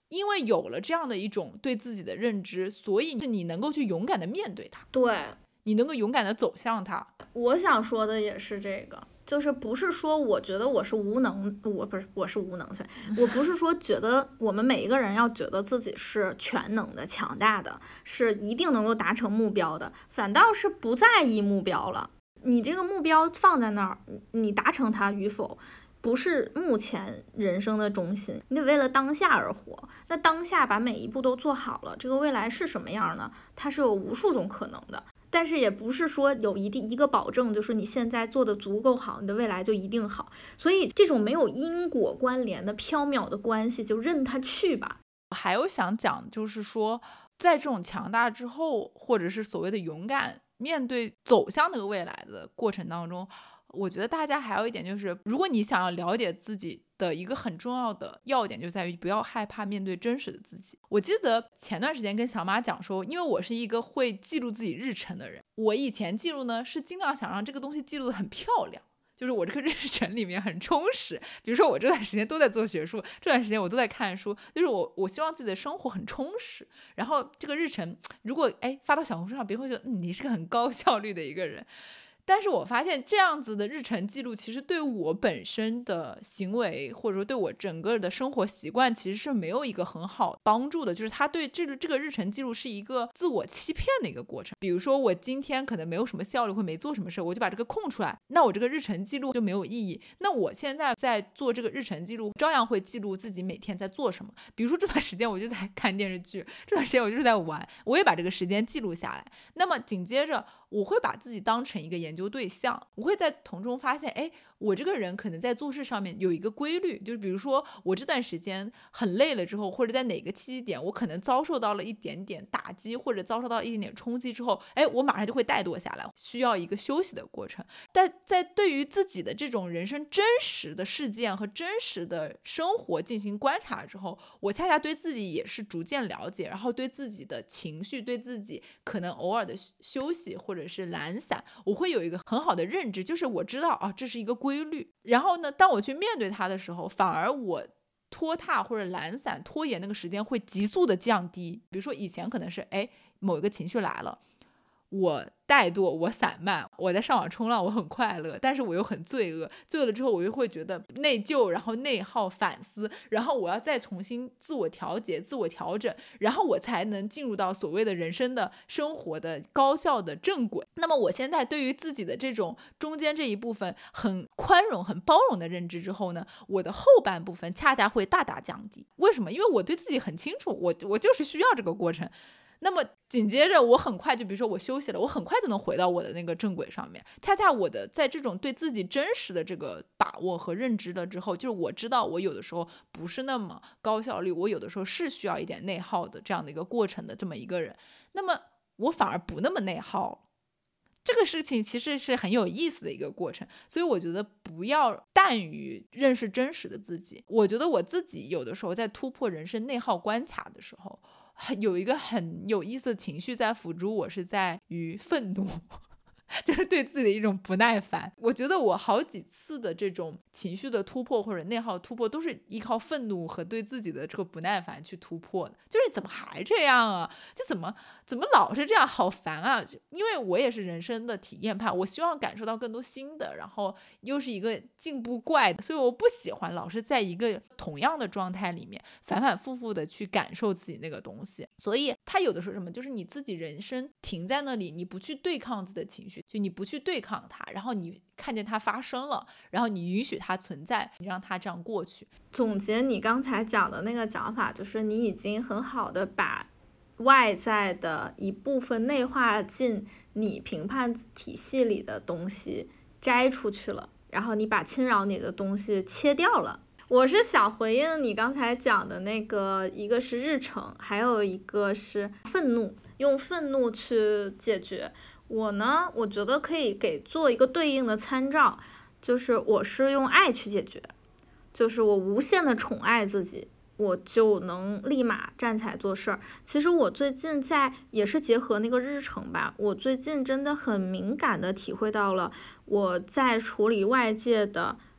因为有了这样的一种对自己的认知，所以你能够去勇敢的面对它， 对， 你能够勇敢的走向它。 我想说的也是这个，就是不是说我觉得我是无能，我是无能，我不是说觉得我们每一个人要觉得自己是全能的、强大的，是一定能够达成目标的，反倒是不在意目标了。你这个目标放在那儿，你达成它与否，不是目前人生的中心，你得为了当下而活。那当下把每一步都做好了，这个未来是什么样呢？它是有无数种可能的。但是也不是说有一个保证，就是你现在做的足够好，你的未来就一定好。所以这种没有因果关联的缥缈的关系，就任它去吧。 还有想讲就是说，在这种强大之后，或者是所谓的勇敢面对走向那个未来的过程当中，我觉得大家还有一点就是，如果你想要了解自己的一个很重要的要点，就在于不要害怕面对真实的自己。我记得前段时间跟小马讲说，因为我是一个会记录自己日程的人，我以前记录呢是尽量想让这个东西记录的很漂亮，就是我这个日程里面很充实。比如说我这段时间都在做学术，这段时间我都在看书，就是我希望自己的生活很充实。然后这个日程如果发到小红书上，别人会觉得你是个很高效率的一个人。但是我发现这样子的日程记录其实对我本身的行为，或者说对我整个的生活习惯其实是没有一个很好帮助的，就是它对这个日程记录是一个自我欺骗的一个过程。比如说我今天可能没有什么效率或没做什么事，我就把这个空出来，那我这个日程记录就没有意义。那我现在在做这个日程记录，照样会记录自己每天在做什么。比如说这段时间我就在看电视剧，这段时间我就是在玩，我也把这个时间记录下来。那么紧接着我会把自己当成一个研究对象，我会在从中发现，我这个人可能在做事上面有一个规律，就是比如说我这段时间很累了之后，或者在哪个契机点我可能遭受到了一点点打击，或者遭受到一点点冲击之后，我马上就会怠惰下来，需要一个休息的过程。但在对于自己的这种人生真实的事件和真实的生活进行观察之后，我恰恰对自己也是逐渐了解，然后对自己的情绪，对自己可能偶尔的休息或者是懒散，我会有一个很好的认知，就是我知道这是一个规律。然后呢，当我去面对它的时候，反而我拖沓或者懒散拖延那个时间会急速的降低。比如说以前可能是某一个情绪来了，我怠惰，我散漫，我在上网冲浪，我很快乐，但是我又很罪恶，罪恶了之后我又会觉得内疚，然后内耗，反思，然后我要再重新自我调节，自我调整，然后我才能进入到所谓的人生的生活的高效的正轨。那么我现在对于自己的这种中间这一部分很宽容很包容的认知之后呢，我的后半部分恰恰会大大降低。为什么？因为我对自己很清楚，我就是需要这个过程。那么紧接着我很快就比如说我休息了，我很快就能回到我的那个正轨上面。恰恰我的在这种对自己真实的这个把握和认知了之后，就是我知道我有的时候不是那么高效率，我有的时候是需要一点内耗的这样的一个过程的这么一个人，那么我反而不那么内耗了。这个事情其实是很有意思的一个过程，所以我觉得不要淡于认识真实的自己。我觉得我自己有的时候在突破人生内耗关卡的时候，有一个很有意思的情绪在辅助我，是在于愤怒就是对自己的一种不耐烦。我觉得我好几次的这种情绪的突破或者内耗突破都是依靠愤怒和对自己的这个不耐烦去突破的，就是怎么还这样啊，就怎么老是这样，好烦啊。因为我也是人生的体验派，我希望感受到更多新的，然后又是一个进步怪的，所以我不喜欢老是在一个同样的状态里面反反复复的去感受自己那个东西。所以它有的时候什么，就是你自己人生停在那里，你不去对抗自己的情绪，就你不去对抗它，然后你看见它发生了，然后你允许它存在，你让它这样过去。 总结你刚才讲的那个讲法，就是你已经很好的把外在的一部分内化进你评判体系里的东西摘出去了，然后你把侵扰你的东西切掉了。我是想回应你刚才讲的那个，一个是日程，还有一个是愤怒，用愤怒去解决。我呢，我觉得可以给做一个对应的参照，就是我是用爱去解决，就是我无限的宠爱自己，我就能立马站起来做事儿。其实我最近也是结合那个日程吧，我最近真的很敏感的体会到了，我在处理外界的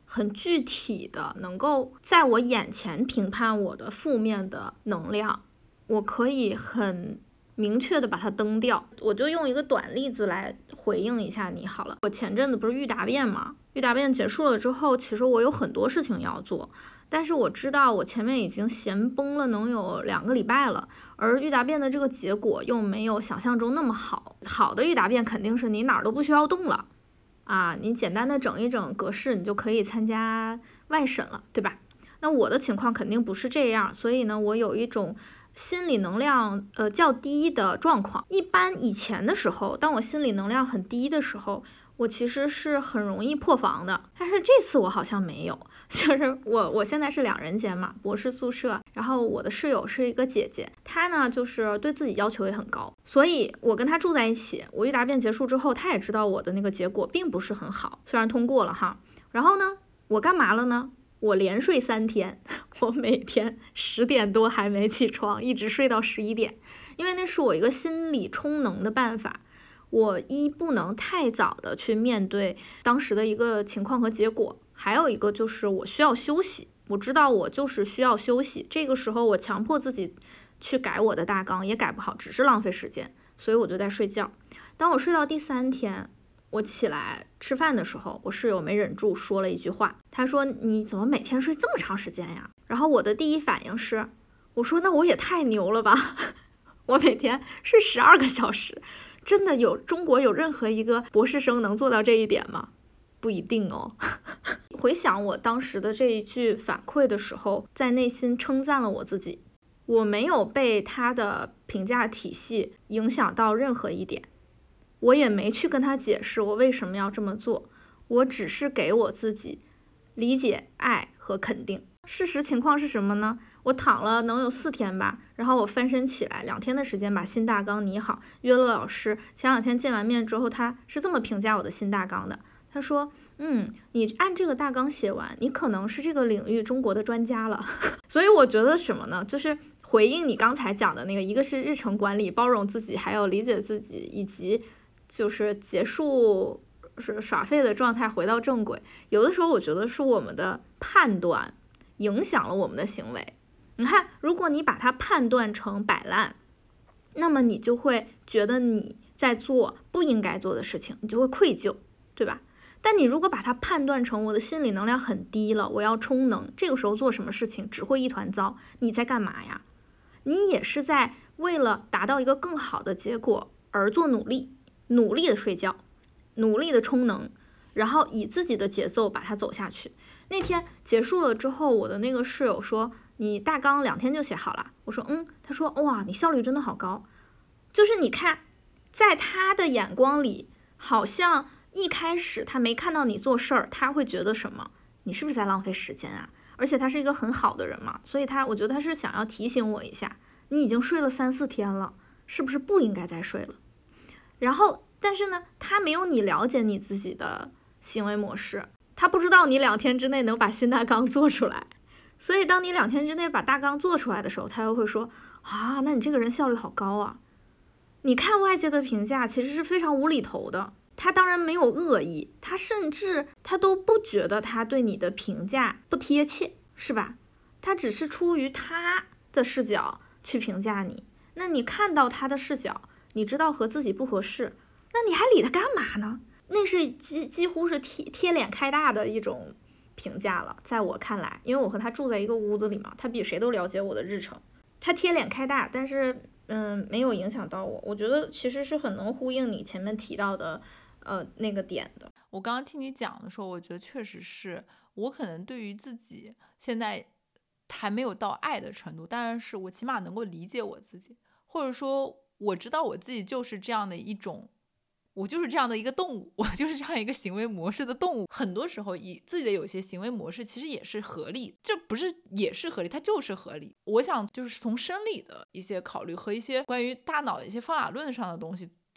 很具体的能够在我眼前评判我的负面的能量，我可以很明确的把它蹬掉。我就用一个短例子来回应一下你好了。我前阵子不是预答辩嘛，预答辩结束了之后，其实我有很多事情要做，但是我知道我前面已经闲崩了能有2个礼拜了，而预答辩的这个结果又没有想象中那么好。好的预答辩肯定是你哪儿都不需要动了啊，你简单的整一整格式，你就可以参加外审了，对吧？那我的情况肯定不是这样，所以呢，我有一种心理能量较低的状况。一般以前的时候，当我心理能量很低的时候，我其实是很容易破防的，但是这次我好像没有。就是我现在是2人间嘛，博士宿舍，然后我的室友是一个姐姐，她呢就是对自己要求也很高，所以我跟她住在一起。我预答辩结束之后，她也知道我的那个结果并不是很好，虽然通过了哈。然后呢，我干嘛了呢？我连睡3天，我每天10点多还没起床，一直睡到11点，因为那是我一个心理充能的办法。我不能太早的去面对当时的一个情况和结果，还有一个就是我需要休息，我知道我就是需要休息。这个时候我强迫自己去改我的大纲也改不好，只是浪费时间，所以我就在睡觉。当我睡到第3天，我起来吃饭的时候，我室友没忍住说了一句话，他说你怎么每天睡这么长时间呀？然后我的第一反应是，我说那我也太牛了吧，我每天睡12个小时，真的中国有任何一个博士生能做到这一点吗？不一定哦。回想我当时的这一句反馈的时候，在内心称赞了我自己，我没有被他的评价体系影响到任何一点，我也没去跟他解释我为什么要这么做，我只是给我自己理解、爱和肯定。事实情况是什么呢？我躺了能有4天吧，然后我翻身起来，2天的时间把新大纲拟好，约了老师。前2天见完面之后，他是这么评价我的新大纲的，他说你按这个大纲写完，你可能是这个领域中国的专家了。所以我觉得什么呢，就是回应你刚才讲的那个，一个是日程管理，包容自己，还有理解自己，以及就是结束是耍废的状态，回到正轨。有的时候我觉得是我们的判断影响了我们的行为。你看，如果你把它判断成摆烂，那么你就会觉得你在做不应该做的事情，你就会愧疚，对吧？但你如果把它判断成我的心理能量很低了，我要充能，这个时候做什么事情只会一团糟，你在干嘛呀？你也是在为了达到一个更好的结果而做努力，努力的睡觉，努力的充能，然后以自己的节奏把它走下去。那天结束了之后，我的那个室友说，你大纲2天就写好了。我说他说哇，你效率真的好高。就是你看，在他的眼光里，好像一开始他没看到你做事儿，他会觉得什么？你是不是在浪费时间啊？而且他是一个很好的人嘛，所以我觉得他是想要提醒我一下，你已经睡了3-4天了，是不是不应该再睡了？然后，但是呢，他没有你了解你自己的行为模式，他不知道你2天之内能把新大纲做出来，所以当你2天之内把大纲做出来的时候，他又会说啊，那你这个人效率好高啊。你看外界的评价其实是非常无厘头的，他当然没有恶意，他甚至他都不觉得他对你的评价不贴切，是吧？他只是出于他的视角去评价你，那你看到他的视角，你知道和自己不合适，那你还理他干嘛呢？那是几乎是贴脸开大的一种评价了，在我看来，因为我和他住在一个屋子里嘛，他比谁都了解我的日程，他贴脸开大，但是没有影响到我。我觉得其实是很能呼应你前面提到的那个点的。 我刚刚听你讲的时候，我觉得确实是我可能对于自己现在还没有到爱的程度，但是我起码能够理解我自己，或者说我知道我自己就是这样的一种，我就是这样的一个动物，我就是这样一个行为模式的动物。很多时候以自己的有些行为模式其实也是合理，这不是也是合理，它就是合理。我想就是从生理的一些考虑和一些关于大脑的一些方法论上的东西，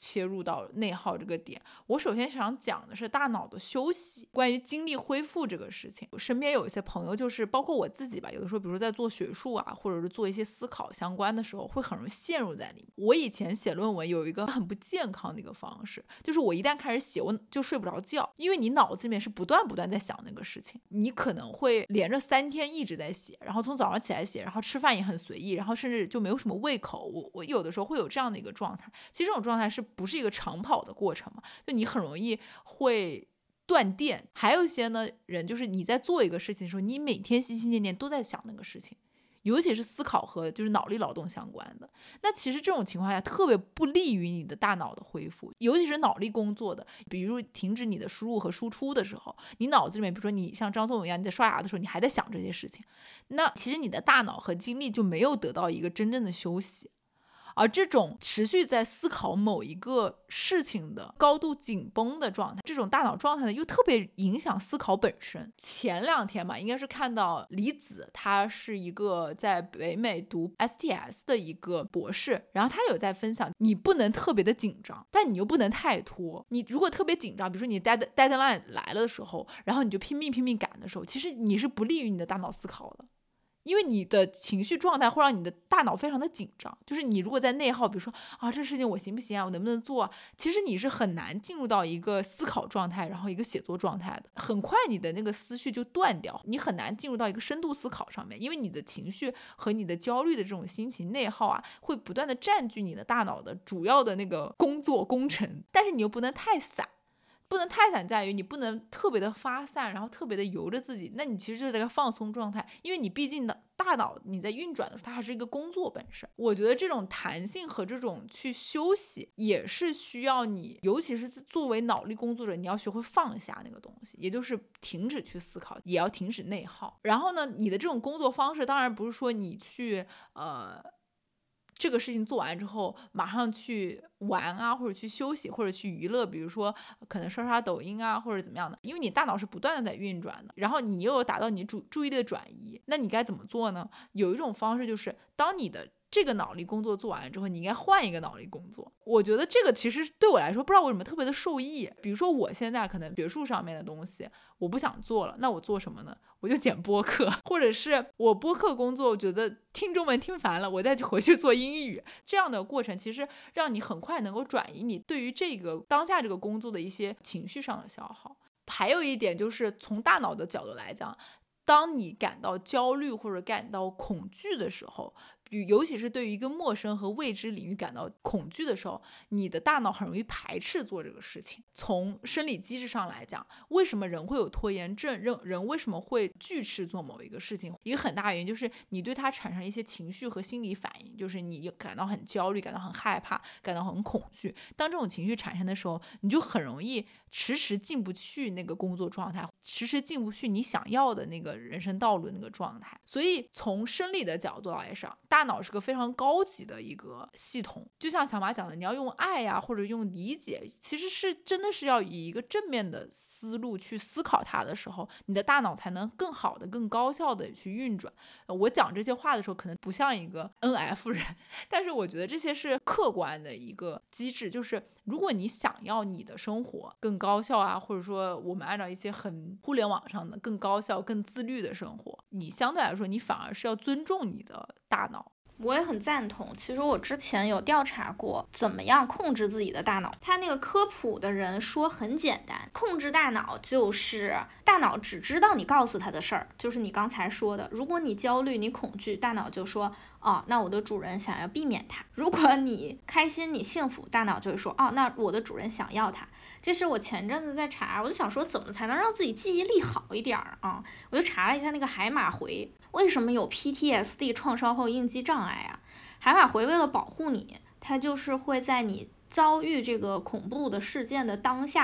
切入到内耗这个点。我首先想讲的是大脑的休息，关于精力恢复这个事情。我身边有一些朋友，就是包括我自己吧，有的时候比如说在做学术啊，或者是做一些思考相关的时候，会很容易陷入在里面。我以前写论文有一个很不健康的一个方式，就是我一旦开始写，我就睡不着觉，因为你脑子里面是不断在想那个事情，你可能会连着3天一直在写，然后从早上起来写，然后吃饭也很随意，然后甚至就没有什么胃口。我有的时候会有这样的一个状态。其实这种状态是不是一个长跑的过程嘛？就你很容易会断电。还有一些呢人，就是你在做一个事情的时候，你每天心心念念都在想那个事情，尤其是思考和就是脑力劳动相关的，那其实这种情况下特别不利于你的大脑的恢复，尤其是脑力工作的，比如停止你的输入和输出的时候，你脑子里面，比如说你像张颂文一样，你在刷牙的时候你还在想这些事情，那其实你的大脑和精力就没有得到一个真正的休息。而这种持续在思考某一个事情的高度紧绷的状态，这种大脑状态呢，又特别影响思考本身。前2天吧，应该是看到李子，他是一个在北美读 STS 的一个博士，然后他有在分享，你不能特别的紧张，但你又不能太拖。你如果特别紧张，比如说你 deadline 来了的时候，然后你就拼命赶的时候，其实你是不利于你的大脑思考的。因为你的情绪状态会让你的大脑非常的紧张，就是你如果在内耗，比如说这事情我行不行啊，我能不能做啊，其实你是很难进入到一个思考状态，然后一个写作状态的，很快你的那个思绪就断掉，你很难进入到一个深度思考上面，因为你的情绪和你的焦虑的这种心情内耗啊，会不断的占据你的大脑的主要的那个工程，但是你又不能太散。不能太散在于你不能特别的发散，然后特别的由着自己，那你其实就是在一个放松状态，因为你毕竟的大脑你在运转的时候，它还是一个工作本身。我觉得这种弹性和这种去休息也是需要你，尤其是作为脑力工作者，你要学会放下那个东西，也就是停止去思考，也要停止内耗。然后呢，你的这种工作方式当然不是说你去这个事情做完之后马上去玩啊，或者去休息，或者去娱乐，比如说可能刷抖音啊，或者怎么样的，因为你大脑是不断的在运转的，然后你又有达到你注意力的转移，那你该怎么做呢？有一种方式就是当你的这个脑力工作做完了之后，你应该换一个脑力工作。我觉得这个其实对我来说不知道为什么特别的受益。比如说我现在可能学术上面的东西我不想做了，那我做什么呢？我就剪播客，或者是我播客工作我觉得听中文听烦了，我再回去做英语。这样的过程其实让你很快能够转移你对于这个当下这个工作的一些情绪上的消耗。还有一点就是从大脑的角度来讲，当你感到焦虑或者感到恐惧的时候，尤其是对于一个陌生和未知领域感到恐惧的时候，你的大脑很容易排斥做这个事情。从生理机制上来讲，为什么人会有拖延症，人为什么会拒斥做某一个事情，一个很大原因就是你对它产生一些情绪和心理反应，就是你感到很焦虑，感到很害怕，感到很恐惧。当这种情绪产生的时候，你就很容易迟迟进不去那个工作状态，迟迟进不去你想要的那个人生道路的那个状态。所以从生理的角度来上，大脑是个非常高级的一个系统，就像小马讲的，你要用爱呀，或者用理解，其实是真的是要以一个正面的思路去思考它的时候，你的大脑才能更好的更高效的去运转。我讲这些话的时候可能不像一个 NF 人，但是我觉得这些是客观的一个机制，就是如果你想要你的生活更高效啊，或者说我们按照一些很互联网上的更高效更自律的生活，你相对来说你反而是要尊重你的大脑。 我也很赞同。其实我之前有调查过怎么样控制自己的大脑，他那个科普的人说很简单，控制大脑就是大脑只知道你告诉他的事儿，就是你刚才说的，如果你焦虑你恐惧，大脑就说那我的主人想要避免它；如果你开心你幸福，大脑就会说那我的主人想要它。这是我前阵子在查，我就想说怎么才能让自己记忆力好一点啊？我就查了一下那个海马回为什么有 PTSD 创伤后应激障碍啊？海马回为了保护你，它就是会在你遭遇这个恐怖的事件的当下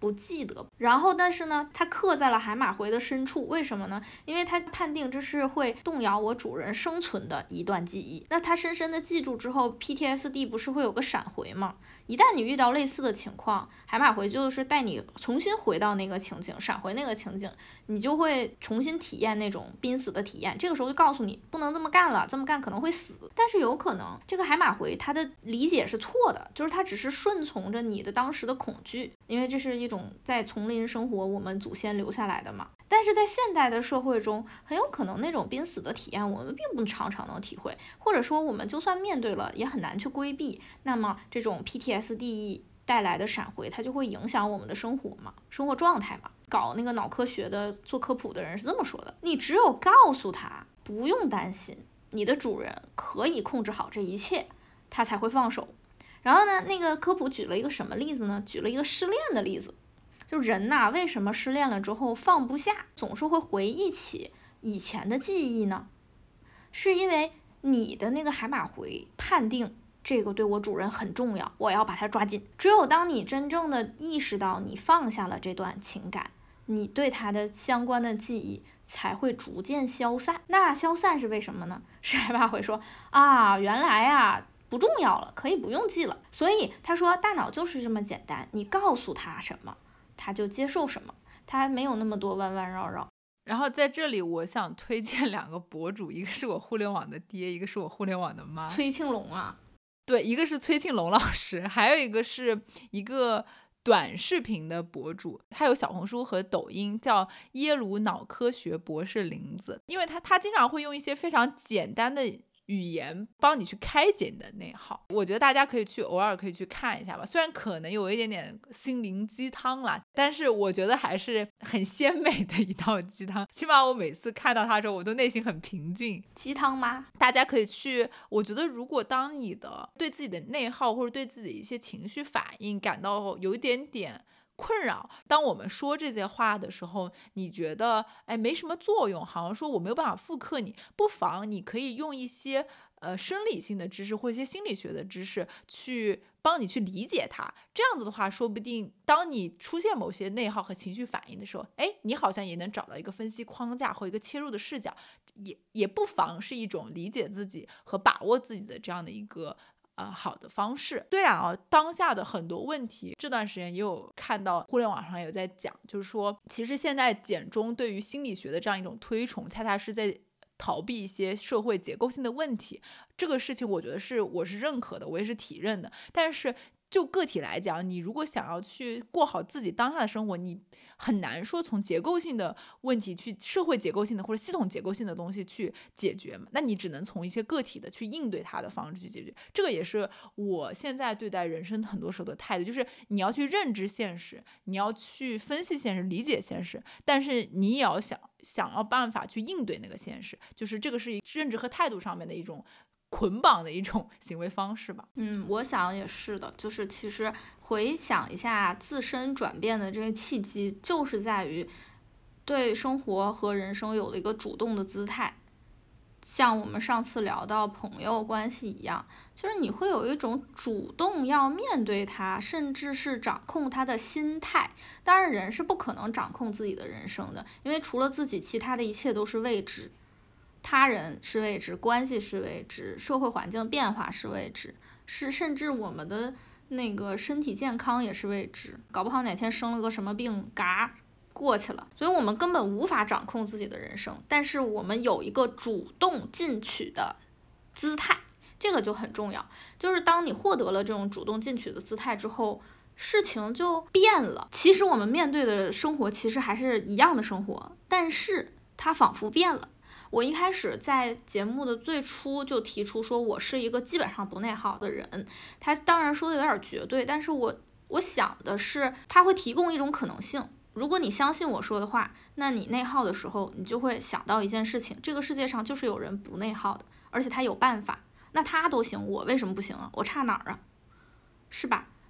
不记得。然后但是呢，它刻在了海马回的深处，为什么呢？因为它判定这是会动摇我主人生存的一段记忆。那它深深的记住之后， PTSD 不是会有个闪回吗？一旦你遇到类似的情况，海马回就是带你重新回到那个情景，闪回那个情景，你就会重新体验那种濒死的体验。这个时候就告诉你不能这么干了，这么干可能会死。但是有可能这个海马回它的理解是错的，就是它只是顺从着你的当时的恐惧，因为这是一种在丛林生活我们祖先留下来的嘛。但是在现代的社会中，很有可能那种濒死的体验我们并不常常能体会，或者说我们就算面对了也很难去规避。那么这种 PTSD 带来的闪回，它就会影响我们的生活嘛，生活状态嘛。搞那个脑科学的做科普的人是这么说的，你只有告诉他不用担心，你的主人可以控制好这一切，他才会放手。然后呢，那个科普举了一个什么例子呢？举了一个失恋的例子。就人呐，为什么失恋了之后放不下，总是会回忆起以前的记忆呢？是因为你的那个海马回判定这个对我主人很重要，我要把它抓紧。只有当你真正的意识到你放下了这段情感，你对它的相关的记忆才会逐渐消散。那消散是为什么呢？是海马回说啊，原来啊不重要了，可以不用记了。所以他说大脑就是这么简单，你告诉他什么他就接受什么，他没有那么多弯弯绕绕。 然后在这里我想推荐2个博主，一个是我互联网的爹，一个是我互联网的妈。 崔庆龙啊， 对，一个是崔庆龙老师，还有一个是一个短视频的博主，他有小红书和抖音，叫耶鲁脑科学博士林子。因为他经常会用一些非常简单的语言帮你去开解你的内耗，我觉得大家可以去偶尔可以去看一下吧，虽然可能有一点点心灵鸡汤啦，但是我觉得还是很鲜美的一道鸡汤，起码我每次看到它的时候我都内心很平静。 鸡汤吗？ 大家可以去，我觉得如果当你的对自己的内耗或者对自己的一些情绪反应感到有一点点困扰，当我们说这些话的时候，你觉得没什么作用，好像说我没有办法复刻你，不妨你可以用一些生理性的知识或一些心理学的知识去帮你去理解它。这样子的话，说不定当你出现某些内耗和情绪反应的时候，你好像也能找到一个分析框架或一个切入的视角，也不妨是一种理解自己和把握自己的这样的一个好的方式。虽然当下的很多问题，这段时间也有看到互联网上有在讲，就是说其实现在简中对于心理学的这样一种推崇，恰恰是在逃避一些社会结构性的问题。这个事情我觉得我是认可的，我也是体认的。但是就个体来讲，你如果想要去过好自己当下的生活，你很难说从结构性的问题去社会结构性的或者系统结构性的东西去解决嘛，那你只能从一些个体的去应对它的方式去解决。这个也是我现在对待人生很多时候的态度，就是你要去认知现实，你要去分析现实，理解现实，但是你也要想要办法去应对那个现实，就是这个是认知和态度上面的一种捆绑的一种行为方式吧。 我想也是的，就是其实回想一下自身转变的这个契机，就是在于对生活和人生有了一个主动的姿态。像我们上次聊到朋友关系一样，就是你会有一种主动要面对它，甚至是掌控它的心态。当然人是不可能掌控自己的人生的，因为除了自己，其他的一切都是未知。他人是未知，关系是未知，社会环境变化是未知，甚至我们的那个身体健康也是未知，搞不好哪天生了个什么病，嘎过去了。所以我们根本无法掌控自己的人生，但是我们有一个主动进取的姿态，这个就很重要。就是当你获得了这种主动进取的姿态之后，事情就变了。其实我们面对的生活其实还是一样的生活，但是它仿佛变了。我一开始在节目的最初就提出说我是一个基本上不内耗的人，他当然说的有点绝对，但是我想的是他会提供一种可能性。如果你相信我说的话，那你内耗的时候你就会想到一件事情，这个世界上就是有人不内耗的，而且他有办法，那他都行，我为什么不行啊？我差哪儿啊？是吧？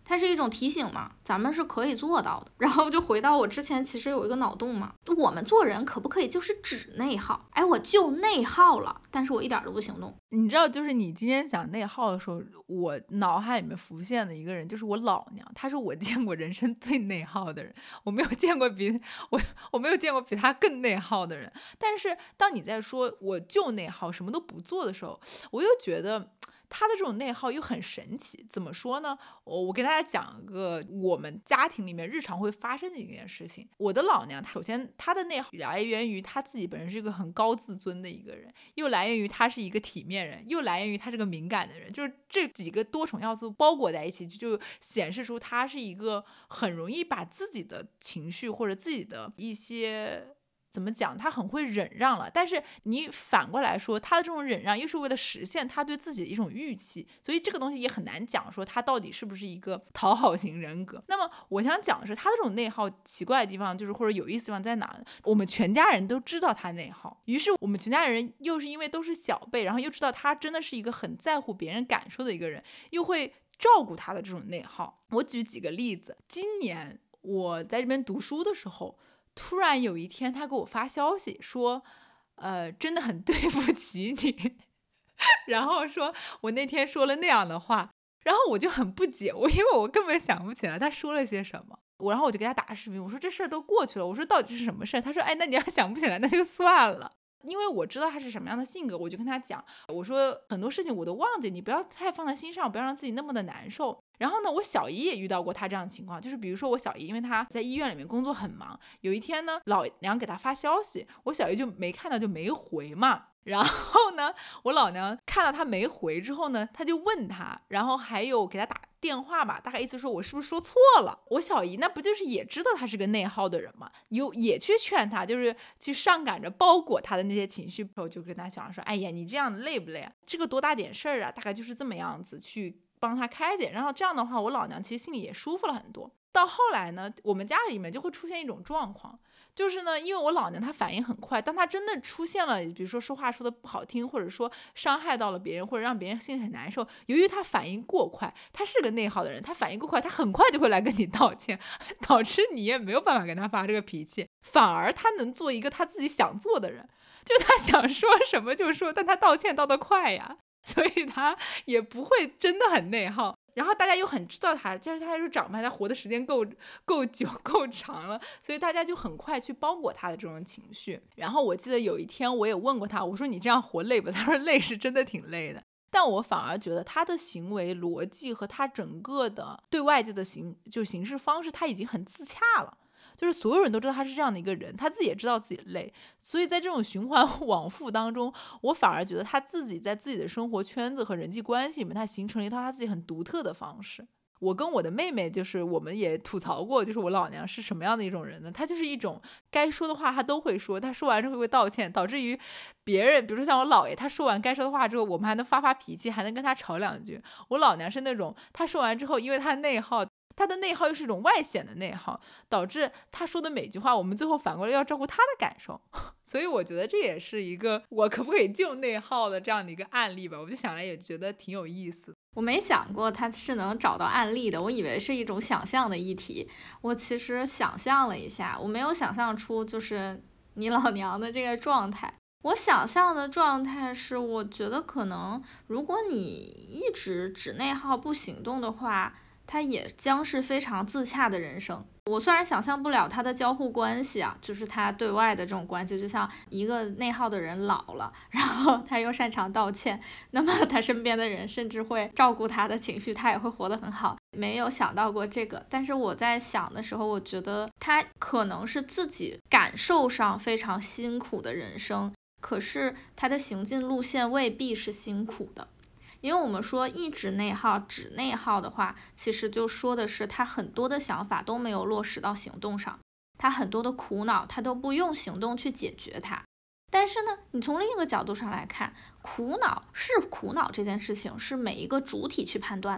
它是一种提醒嘛，咱们是可以做到的。然后就回到我之前其实有一个脑洞嘛，我们做人可不可以就是只内耗？哎，我就内耗了，但是我一点都不行动。 你知道，就是你今天讲内耗的时候，我脑海里面浮现的一个人就是我老娘，她是我见过人生最内耗的人，我没有见过比她更内耗的人。但是当你在说我就内耗什么都不做的时候，我又觉得他的这种内耗又很神奇。怎么说呢？我给大家讲一个我们家庭里面日常会发生的一件事情。我的老娘，首先她的内耗来源于她自己本身是一个很高自尊的一个人，又来源于她是一个体面人，又来源于她是个敏感的人，就是这几个多重要素包裹在一起，就显示出她是一个很容易把自己的情绪或者自己的一些怎么讲，他很会忍让了，但是你反过来说，他的这种忍让又是为了实现他对自己的一种预期，所以这个东西也很难讲说他到底是不是一个讨好型人格。那么我想讲的是，他的这种内耗奇怪的地方，就是或者有意思的地方在哪呢？我们全家人都知道他内耗，于是我们全家人又是因为都是小辈，然后又知道他真的是一个很在乎别人感受的一个人，又会照顾他的这种内耗。我举几个例子，今年我在这边读书的时候，突然有一天他给我发消息说真的很对不起你然后说我那天说了那样的话，然后我就很不解，因为我根本想不起来他说了些什么。然后我就给他打视频，我说这事儿都过去了，我说到底是什么事？他说哎，那你要想不起来那就算了。因为我知道他是什么样的性格，我就跟他讲，我说很多事情我都忘记，你不要太放在心上，不要让自己那么的难受。然后呢，我小姨也遇到过他这样的情况，就是比如说我小姨因为她在医院里面工作很忙，有一天呢老娘给她发消息，我小姨就没看到就没回嘛。然后呢我老娘看到他没回之后呢，他就问他，然后还有给他打电话吧，大概意思说我是不是说错了。我小姨那不就是也知道他是个内耗的人嘛，也去劝他，就是去上赶着包裹他的那些情绪。我就跟他讲说，哎呀你这样累不累啊，这个多大点事儿啊，大概就是这么样子去帮他开解。然后这样的话我老娘其实心里也舒服了很多。到后来呢，我们家里面就会出现一种状况，就是呢，因为我老娘她反应很快，当她真的出现了比如说说话说的不好听，或者说伤害到了别人，或者让别人心里很难受，由于她反应过快，她是个内耗的人，她反应过快，她很快就会来跟你道歉，导致你也没有办法跟她发这个脾气，反而她能做一个她自己想做的人，就她想说什么就说，但她道歉道得快呀，所以她也不会真的很内耗。然后大家又很知道他，就是他是长辈，他活的时间够久够长了，所以大家就很快去包裹他的这种情绪。然后我记得有一天我也问过他，我说你这样活累吧？他说累是真的挺累的，但我反而觉得他的行为逻辑和他整个的对外界的行事方式，他已经很自洽了。就是所有人都知道他是这样的一个人，他自己也知道自己累，所以在这种循环往复当中，我反而觉得他自己在自己的生活圈子和人际关系里面，他形成了一套他自己很独特的方式。我跟我的妹妹就是我们也吐槽过，就是我老娘是什么样的一种人呢？她就是一种该说的话她都会说，她说完之后会道歉，导致于别人比如说像我姥爷，他说完该说的话之后，我们还能发脾气，还能跟他吵两句。我老娘是那种他说完之后，因为他内耗，他的内耗又是一种外显的内耗，导致他说的每句话我们最后反过来要照顾他的感受。所以我觉得这也是一个我可不可以救内耗的这样的一个案例吧，我就想来也觉得挺有意思。 我没想过他是能找到案例的，我以为是一种想象的议题。我其实想象了一下，我没有想象出就是你老娘的这个状态。我想象的状态是，我觉得可能如果你一直只内耗不行动的话，他也将是非常自洽的人生。我虽然想象不了他的交互关系啊，就是他对外的这种关系，就像一个内耗的人老了，然后他又擅长道歉，那么他身边的人甚至会照顾他的情绪，他也会活得很好。没有想到过这个，但是我在想的时候，我觉得他可能是自己感受上非常辛苦的人生，可是他的行进路线未必是辛苦的。因为我们说一直内耗只内耗的话，其实就说的是他很多的想法都没有落实到行动上，他很多的苦恼他都不用行动去解决它。但是呢，你从另一个角度上来看，苦恼这件事情是每一个主体去判断的，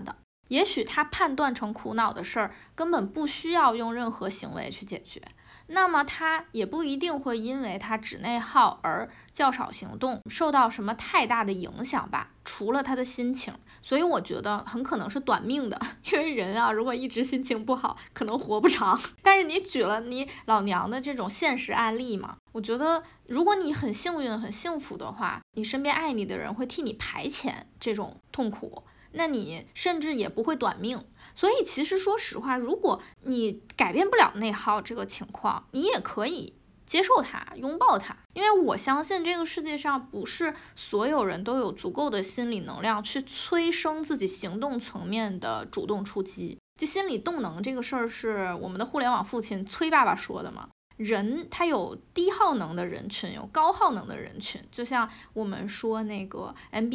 也许他判断成苦恼的事儿根本不需要用任何行为去解决，那么他也不一定会因为他只内耗而较少行动，受到什么太大的影响吧，除了他的心情。所以我觉得很可能是短命的，因为人啊，如果一直心情不好，可能活不长。但是你举了你老娘的这种现实案例嘛，我觉得如果你很幸运很幸福的话，你身边爱你的人会替你排遣这种痛苦，那你甚至也不会短命。所以其实说实话，如果你改变不了内耗这个情况，你也可以接受它，拥抱它，因为我相信这个世界上不是所有人都有足够的心理能量去催生自己行动层面的主动出击。就心理动能这个事儿是我们的互联网父亲崔爸爸说的嘛，人他有低耗能的人群，有高耗能的人群，就像我们说那个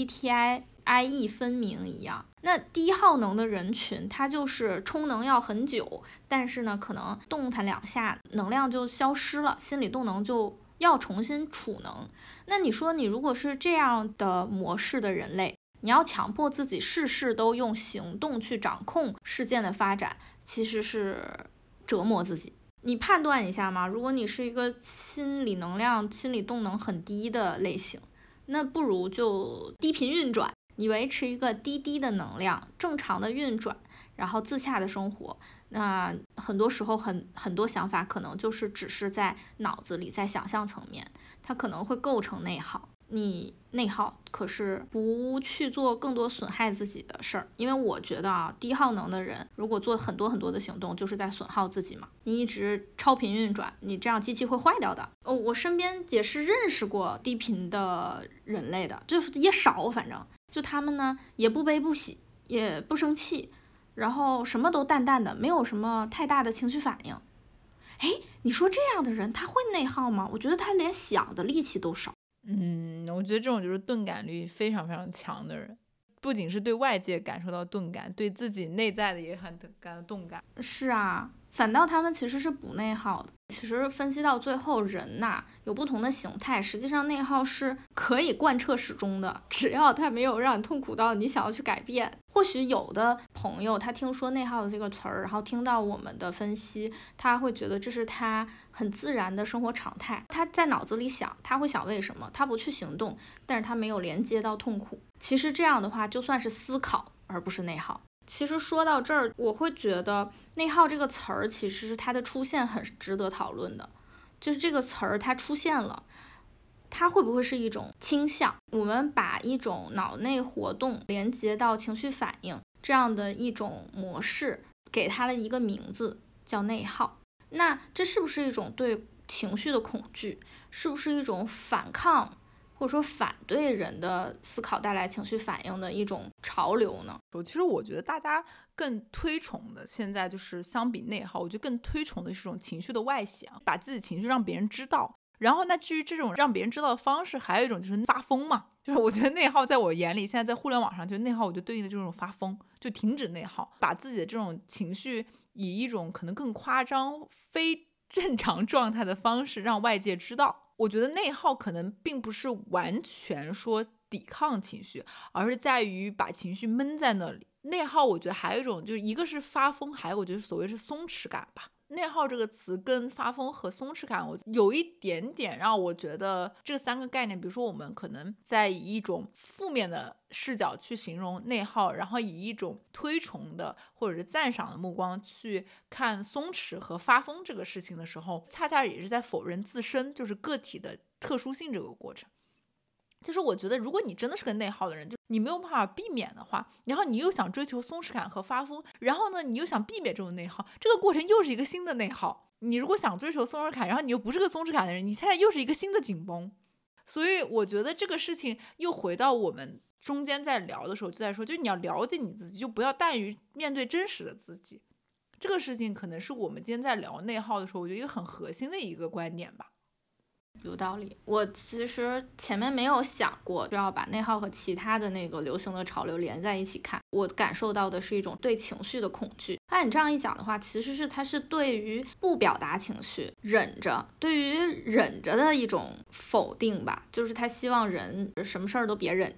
MBTI 分明一样。那低耗能的人群，他就是充能要很久，但是呢，可能动弹两下，能量就消失了，心理动能就要重新储能。那你说，你如果是这样的模式的人类，你要强迫自己事事都用行动去掌控事件的发展，其实是折磨自己。你判断一下嘛，如果你是一个心理能量、心理动能很低的类型，那不如就低频运转。你维持一个低低的能量，正常的运转，然后自洽的生活。那很多时候很多想法可能就是只是在脑子里，在想象层面，它可能会构成内耗。你内耗可是不去做更多损害自己的事儿，因为我觉得啊，低耗能的人如果做很多很多的行动，就是在损耗自己嘛。你一直超频运转，你这样机器会坏掉的。我身边也是认识过低频的人类的，就是也少，反正就他们呢也不悲不喜，也不生气，然后什么都淡淡的，没有什么太大的情绪反应。哎，你说这样的人他会内耗吗？我觉得他连想的力气都少。 我觉得这种就是钝感力非常非常强的人，不仅是对外界感受到钝感，对自己内在的也很感到钝感。 是啊，反倒他们其实是不内耗的。其实分析到最后，人呐有不同的形态，实际上内耗是可以贯彻始终的，只要他没有让你痛苦到你想要去改变。或许有的朋友他听说内耗的这个词儿，然后听到我们的分析，他会觉得这是他很自然的生活常态，他在脑子里想，他会想为什么，他不去行动，但是他没有连接到痛苦。其实这样的话就算是思考，而不是内耗。其实说到这儿，我会觉得内耗这个词儿其实是它的出现很值得讨论的，就是这个词儿它出现了，它会不会是一种倾向？我们把一种脑内活动连接到情绪反应这样的一种模式，给它了一个名字叫内耗。那这是不是一种对情绪的恐惧？是不是一种反抗？或者说反对人的思考带来情绪反应的一种潮流呢？ 其实我觉得大家更推崇的，现在就是相比内耗，我觉得更推崇的是这种情绪的外显，把自己情绪让别人知道。然后那至于这种让别人知道的方式，还有一种就是发疯嘛，就是我觉得内耗在我眼里，现在在互联网上，就内耗我就对应的这种发疯，就停止内耗，把自己的这种情绪以一种可能更夸张、非正常状态的方式让外界知道。我觉得内耗可能并不是完全说抵抗情绪，而是在于把情绪闷在那里。内耗我觉得还有一种，就是一个是发疯，还有我觉得所谓是松弛感吧。内耗这个词跟发疯和松弛感，我有一点点让我觉得这三个概念，比如说我们可能在以一种负面的视角去形容内耗，然后以一种推崇的或者是赞赏的目光去看松弛和发疯这个事情的时候，恰恰也是在否认自身就是个体的特殊性这个过程。就是我觉得如果你真的是个内耗的人，就你没有办法避免的话，然后你又想追求松弛感和发疯，然后呢你又想避免这种内耗，这个过程又是一个新的内耗。你如果想追求松弛感，然后你又不是个松弛感的人，你现在又是一个新的紧绷。所以我觉得这个事情又回到我们中间在聊的时候就在说，就是你要了解你自己，就不要怠于面对真实的自己。这个事情可能是我们今天在聊内耗的时候，我觉得一个很核心的一个观点吧。 有道理，我其实前面没有想过就要把内耗和其他的那个流行的潮流连在一起看，我感受到的是一种对情绪的恐惧。按你这样一讲的话，其实是它是对于不表达情绪忍着，对于忍着的一种否定吧，就是他希望人什么事儿都别忍着，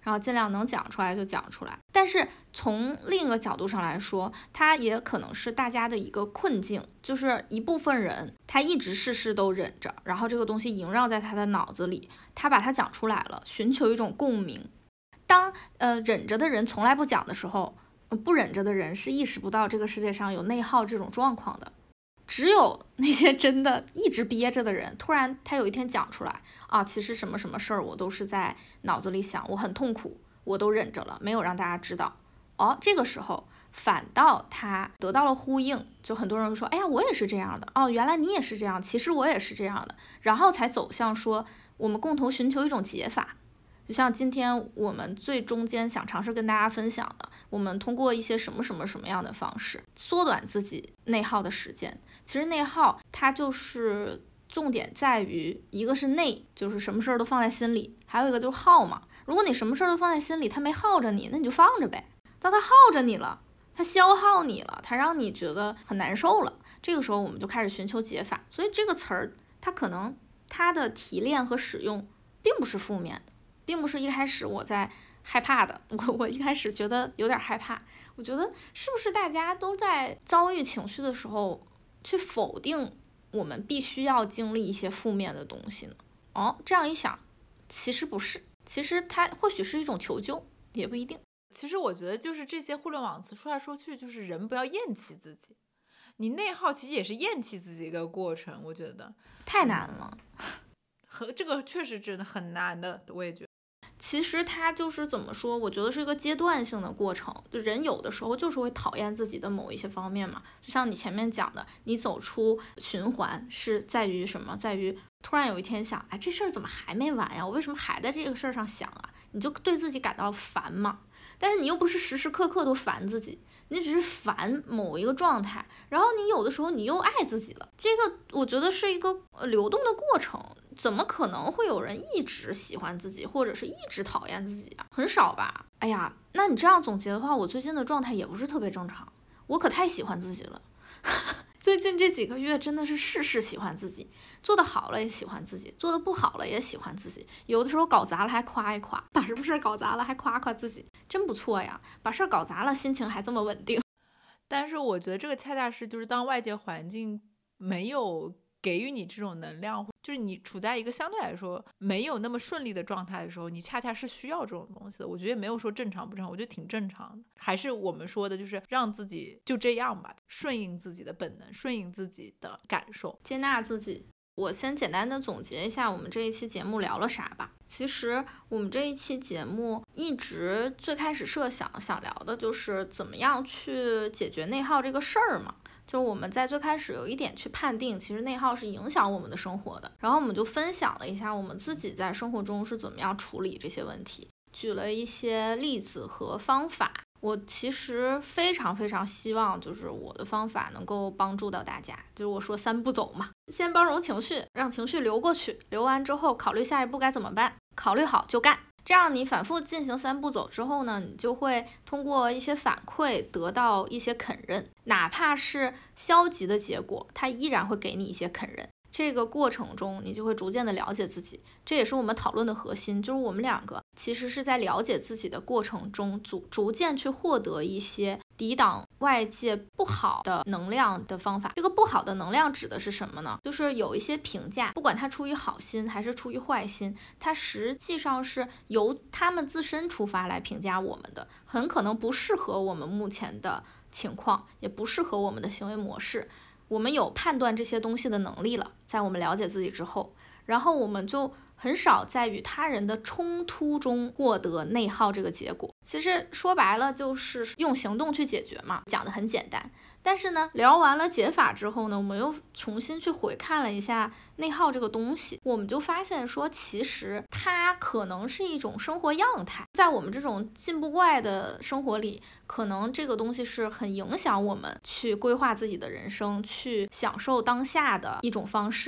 然后尽量能讲出来就讲出来。但是从另一个角度上来说，它也可能是大家的一个困境，就是一部分人他一直事事都忍着，然后这个东西萦绕在他的脑子里，他把它讲出来了，寻求一种共鸣。当忍着的人从来不讲的时候，不忍着的人是意识不到这个世界上有内耗这种状况的。只有那些真的一直憋着的人，突然他有一天讲出来啊，其实什么什么事儿我都是在脑子里想，我很痛苦，我都忍着了，没有让大家知道。这个时候反倒他得到了呼应，就很多人说，哎呀，我也是这样的，原来你也是这样，其实我也是这样的，然后才走向说我们共同寻求一种解法。就像今天我们最中间想尝试跟大家分享的，我们通过一些什么样的方式缩短自己内耗的时间。其实内耗它就是重点在于，一个是内，就是什么事儿都放在心里，还有一个就是耗嘛。如果你什么事儿都放在心里，它没耗着你，那你就放着呗。当它耗着你了，它消耗你了，它让你觉得很难受了，这个时候我们就开始寻求解法。所以这个词儿它可能它的提炼和使用并不是负面的，并不是一开始我在害怕的，我一开始觉得有点害怕。我觉得是不是大家都在遭遇情绪的时候去否定我们必须要经历一些负面的东西呢？这样一想，其实不是，其实它或许是一种求救，也不一定。 其实我觉得就是这些互联网词说来说去，就是人不要厌弃自己。你内耗其实也是厌弃自己的一个过程，我觉得太难了。 和这个确实真的很难的，我也觉得。 其实它就是怎么说，我觉得是一个阶段性的过程。就人有的时候就是会讨厌自己的某一些方面嘛，就像你前面讲的，你走出循环是在于什么？在于突然有一天想，这事儿怎么还没完呀？我为什么还在这个事儿上想啊？你就对自己感到烦嘛。但是你又不是时时刻刻都烦自己，你只是烦某一个状态，然后你有的时候你又爱自己了。这个我觉得是一个流动的过程。怎么可能会有人一直喜欢自己，或者是一直讨厌自己啊？很少吧。哎呀，那你这样总结的话，我最近的状态也不是特别正常，我可太喜欢自己了。最近这几个月真的是事事喜欢自己，做得好了也喜欢自己，做得不好了也喜欢自己，有的时候搞砸了还夸一夸，把什么事搞砸了还夸夸自己，真不错呀。把事儿搞砸了心情还这么稳定。 但是我觉得这个恰恰是就是当外界环境没有给予你这种能量，就是你处在一个相对来说没有那么顺利的状态的时候，你恰恰是需要这种东西的。我觉得没有说正常不正常，我觉得挺正常的。还是我们说的就是让自己就这样吧，顺应自己的本能，顺应自己的感受， 接纳自己。我先简单的总结一下我们这一期节目聊了啥吧。其实我们这一期节目一直最开始想聊的就是怎么样去解决内耗这个事儿嘛。就是我们在最开始有一点去判定，其实内耗是影响我们的生活的，然后我们就分享了一下我们自己在生活中是怎么样处理这些问题，举了一些例子和方法。我其实非常非常希望就是我的方法能够帮助到大家，就是我说3步走嘛。先包容情绪，让情绪流过去，流完之后考虑下一步该怎么办，考虑好就干。这样你反复进行3步走之后呢，你就会通过一些反馈得到一些肯认，哪怕是消极的结果，它依然会给你一些肯认。这个过程中你就会逐渐的了解自己，这也是我们讨论的核心，就是我们两个其实是在了解自己的过程中逐渐去获得一些抵挡外界不好的能量的方法。这个不好的能量指的是什么呢？就是有一些评价，不管它出于好心还是出于坏心，它实际上是由他们自身出发来评价我们的，很可能不适合我们目前的情况，也不适合我们的行为模式。我们有判断这些东西的能力了，在我们了解自己之后，然后我们就很少在与他人的冲突中获得内耗这个结果。其实说白了就是用行动去解决嘛，讲得很简单。但是呢，聊完了解法之后呢，我们又重新去回看了一下内耗这个东西，我们就发现说，其实它可能是一种生活样态，在我们这种进步怪的生活里，可能这个东西是很影响我们去规划自己的人生，去享受当下的一种方式。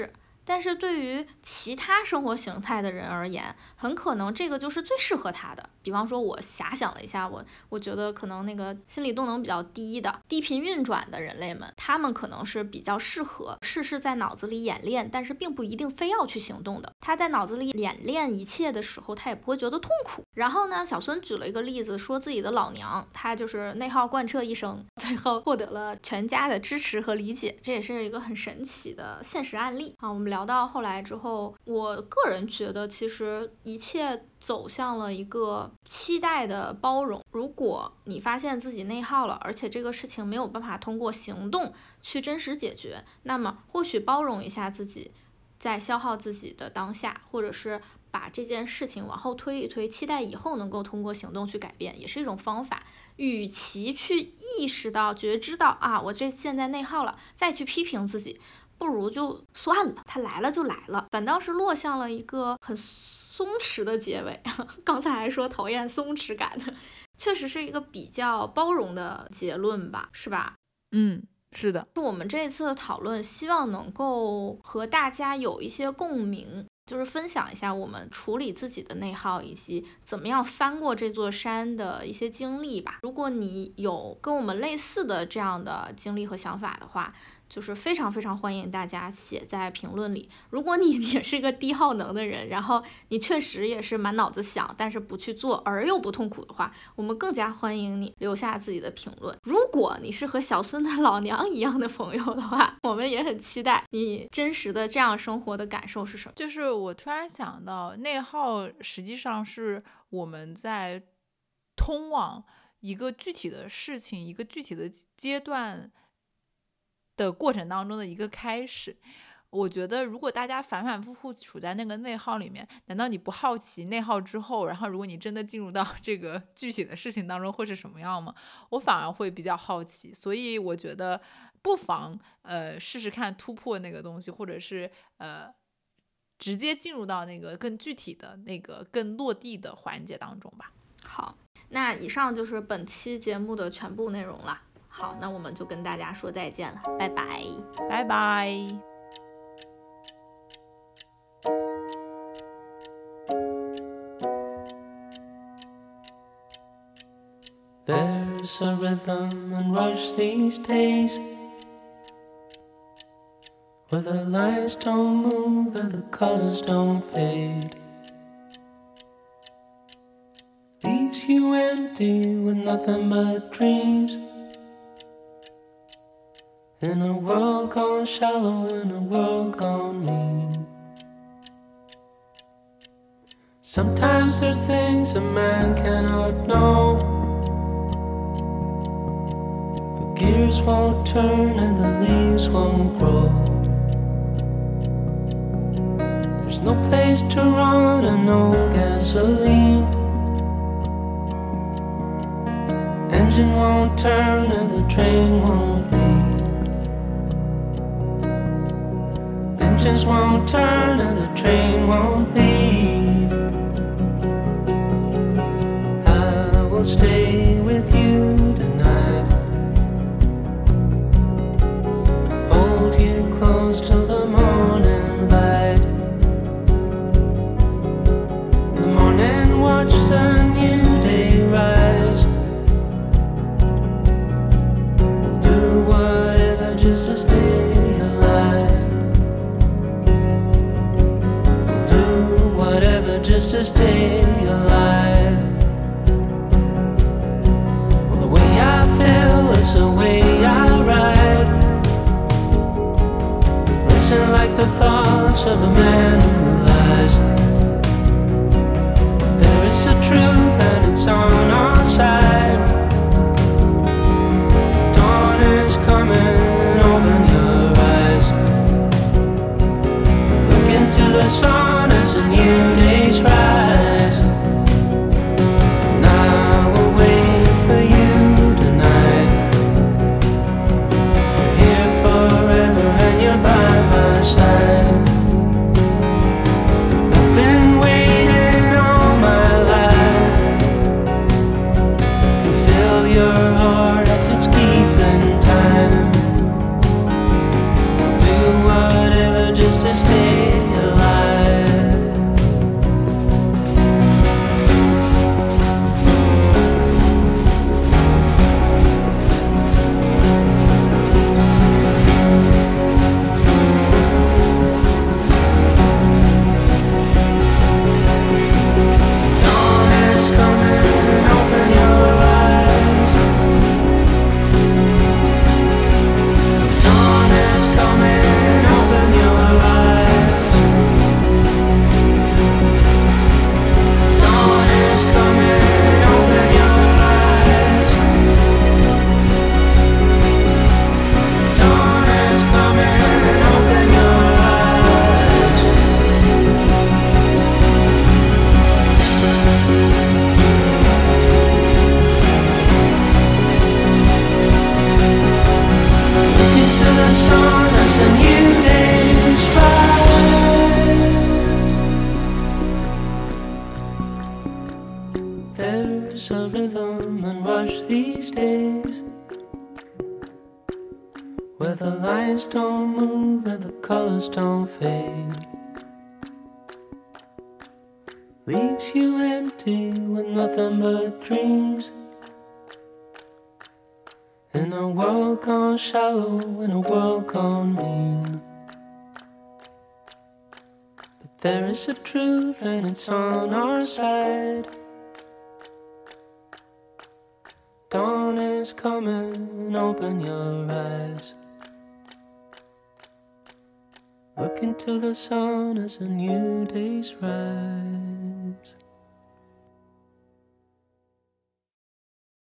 但是对于其他生活形态的人而言，很可能这个就是最适合他的。比方说我遐想了一下，我觉得可能那个心理动能比较低的低频运转的人类们，他们可能是比较适合事事在脑子里演练，但是并不一定非要去行动的。他在脑子里演练一切的时候，他也不会觉得痛苦。然后呢，小孙举了一个例子，说自己的老娘她就是内耗贯彻一生，最后获得了全家的支持和理解，这也是一个很神奇的现实案例啊。我们聊到后来之后，我个人觉得其实一切走向了一个期待的包容。如果你发现自己内耗了，而且这个事情没有办法通过行动去真实解决，那么或许包容一下自己在消耗自己的当下，或者是把这件事情往后推一推，期待以后能够通过行动去改变，也是一种方法。与其去意识到觉知到啊，我这现在内耗了，再去批评自己，不如就算了，它来了就来了，反倒是落向了一个很松弛的结尾。刚才还说讨厌松弛感的，确实是一个比较包容的结论吧，是吧？ 是的。 我们这次的讨论希望能够和大家有一些共鸣，就是分享一下我们处理自己的内耗以及怎么样翻过这座山的一些经历吧。如果你有跟我们类似的这样的经历和想法的话，就是非常非常欢迎大家写在评论里。如果你也是一个低耗能的人，然后你确实也是满脑子想但是不去做而又不痛苦的话，我们更加欢迎你留下自己的评论。如果你是和小孙的老娘一样的朋友的话，我们也很期待你真实的这样生活的感受是什么。 就是我突然想到，内耗实际上是我们在通往一个具体的事情、一个具体的阶段的过程当中的一个开始。我觉得如果大家反反复复处在那个内耗里面，难道你不好奇内耗之后，然后如果你真的进入到这个具体的事情当中会是什么样吗？我反而会比较好奇。所以我觉得不妨试试看突破那个东西，或者是直接进入到那个更具体的那个更落地的环节当中吧。 好，那以上就是本期节目的全部内容了。好，那我们就跟大家说再见了，拜拜， 拜拜。 There's a rhythm and rush these days, where the lines don't move and the colors don't fade. Leaves you empty with nothing but dreams, in a world gone shallow, in a world gone mean. Sometimes there's things a man cannot know. The gears won't turn and the leaves won't grow. There's no place to run and no gasoline. Engine won't turn and the train won't leave. Engines won't turn and the train won't leave. I will stay with you tonight, hold you close till the morning light. In the morning watch the new day rise. We'll do whatever just to stay alive. We'll do whatever just to stay alive. Well, the way I feel is the way I ride, racing like the thoughts of a man who lies. There is a truth and it's on our side. Dawn is coming, open your eyes. Look into the sun as the new days rise. And I will wait for you tonight. You're here forever and you're by my side. I've been waiting all my life. Can feel your heart as it's keeping time. I'll do whatever just to stay much these days, where the lines don't move and the colors don't fade. Leaves you empty with nothing but dreams, in a world gone shallow, in a world gone mean. But there is a truth and it's on our side. Dawn is coming, open your eyes. Look into the sun as a new day's rise.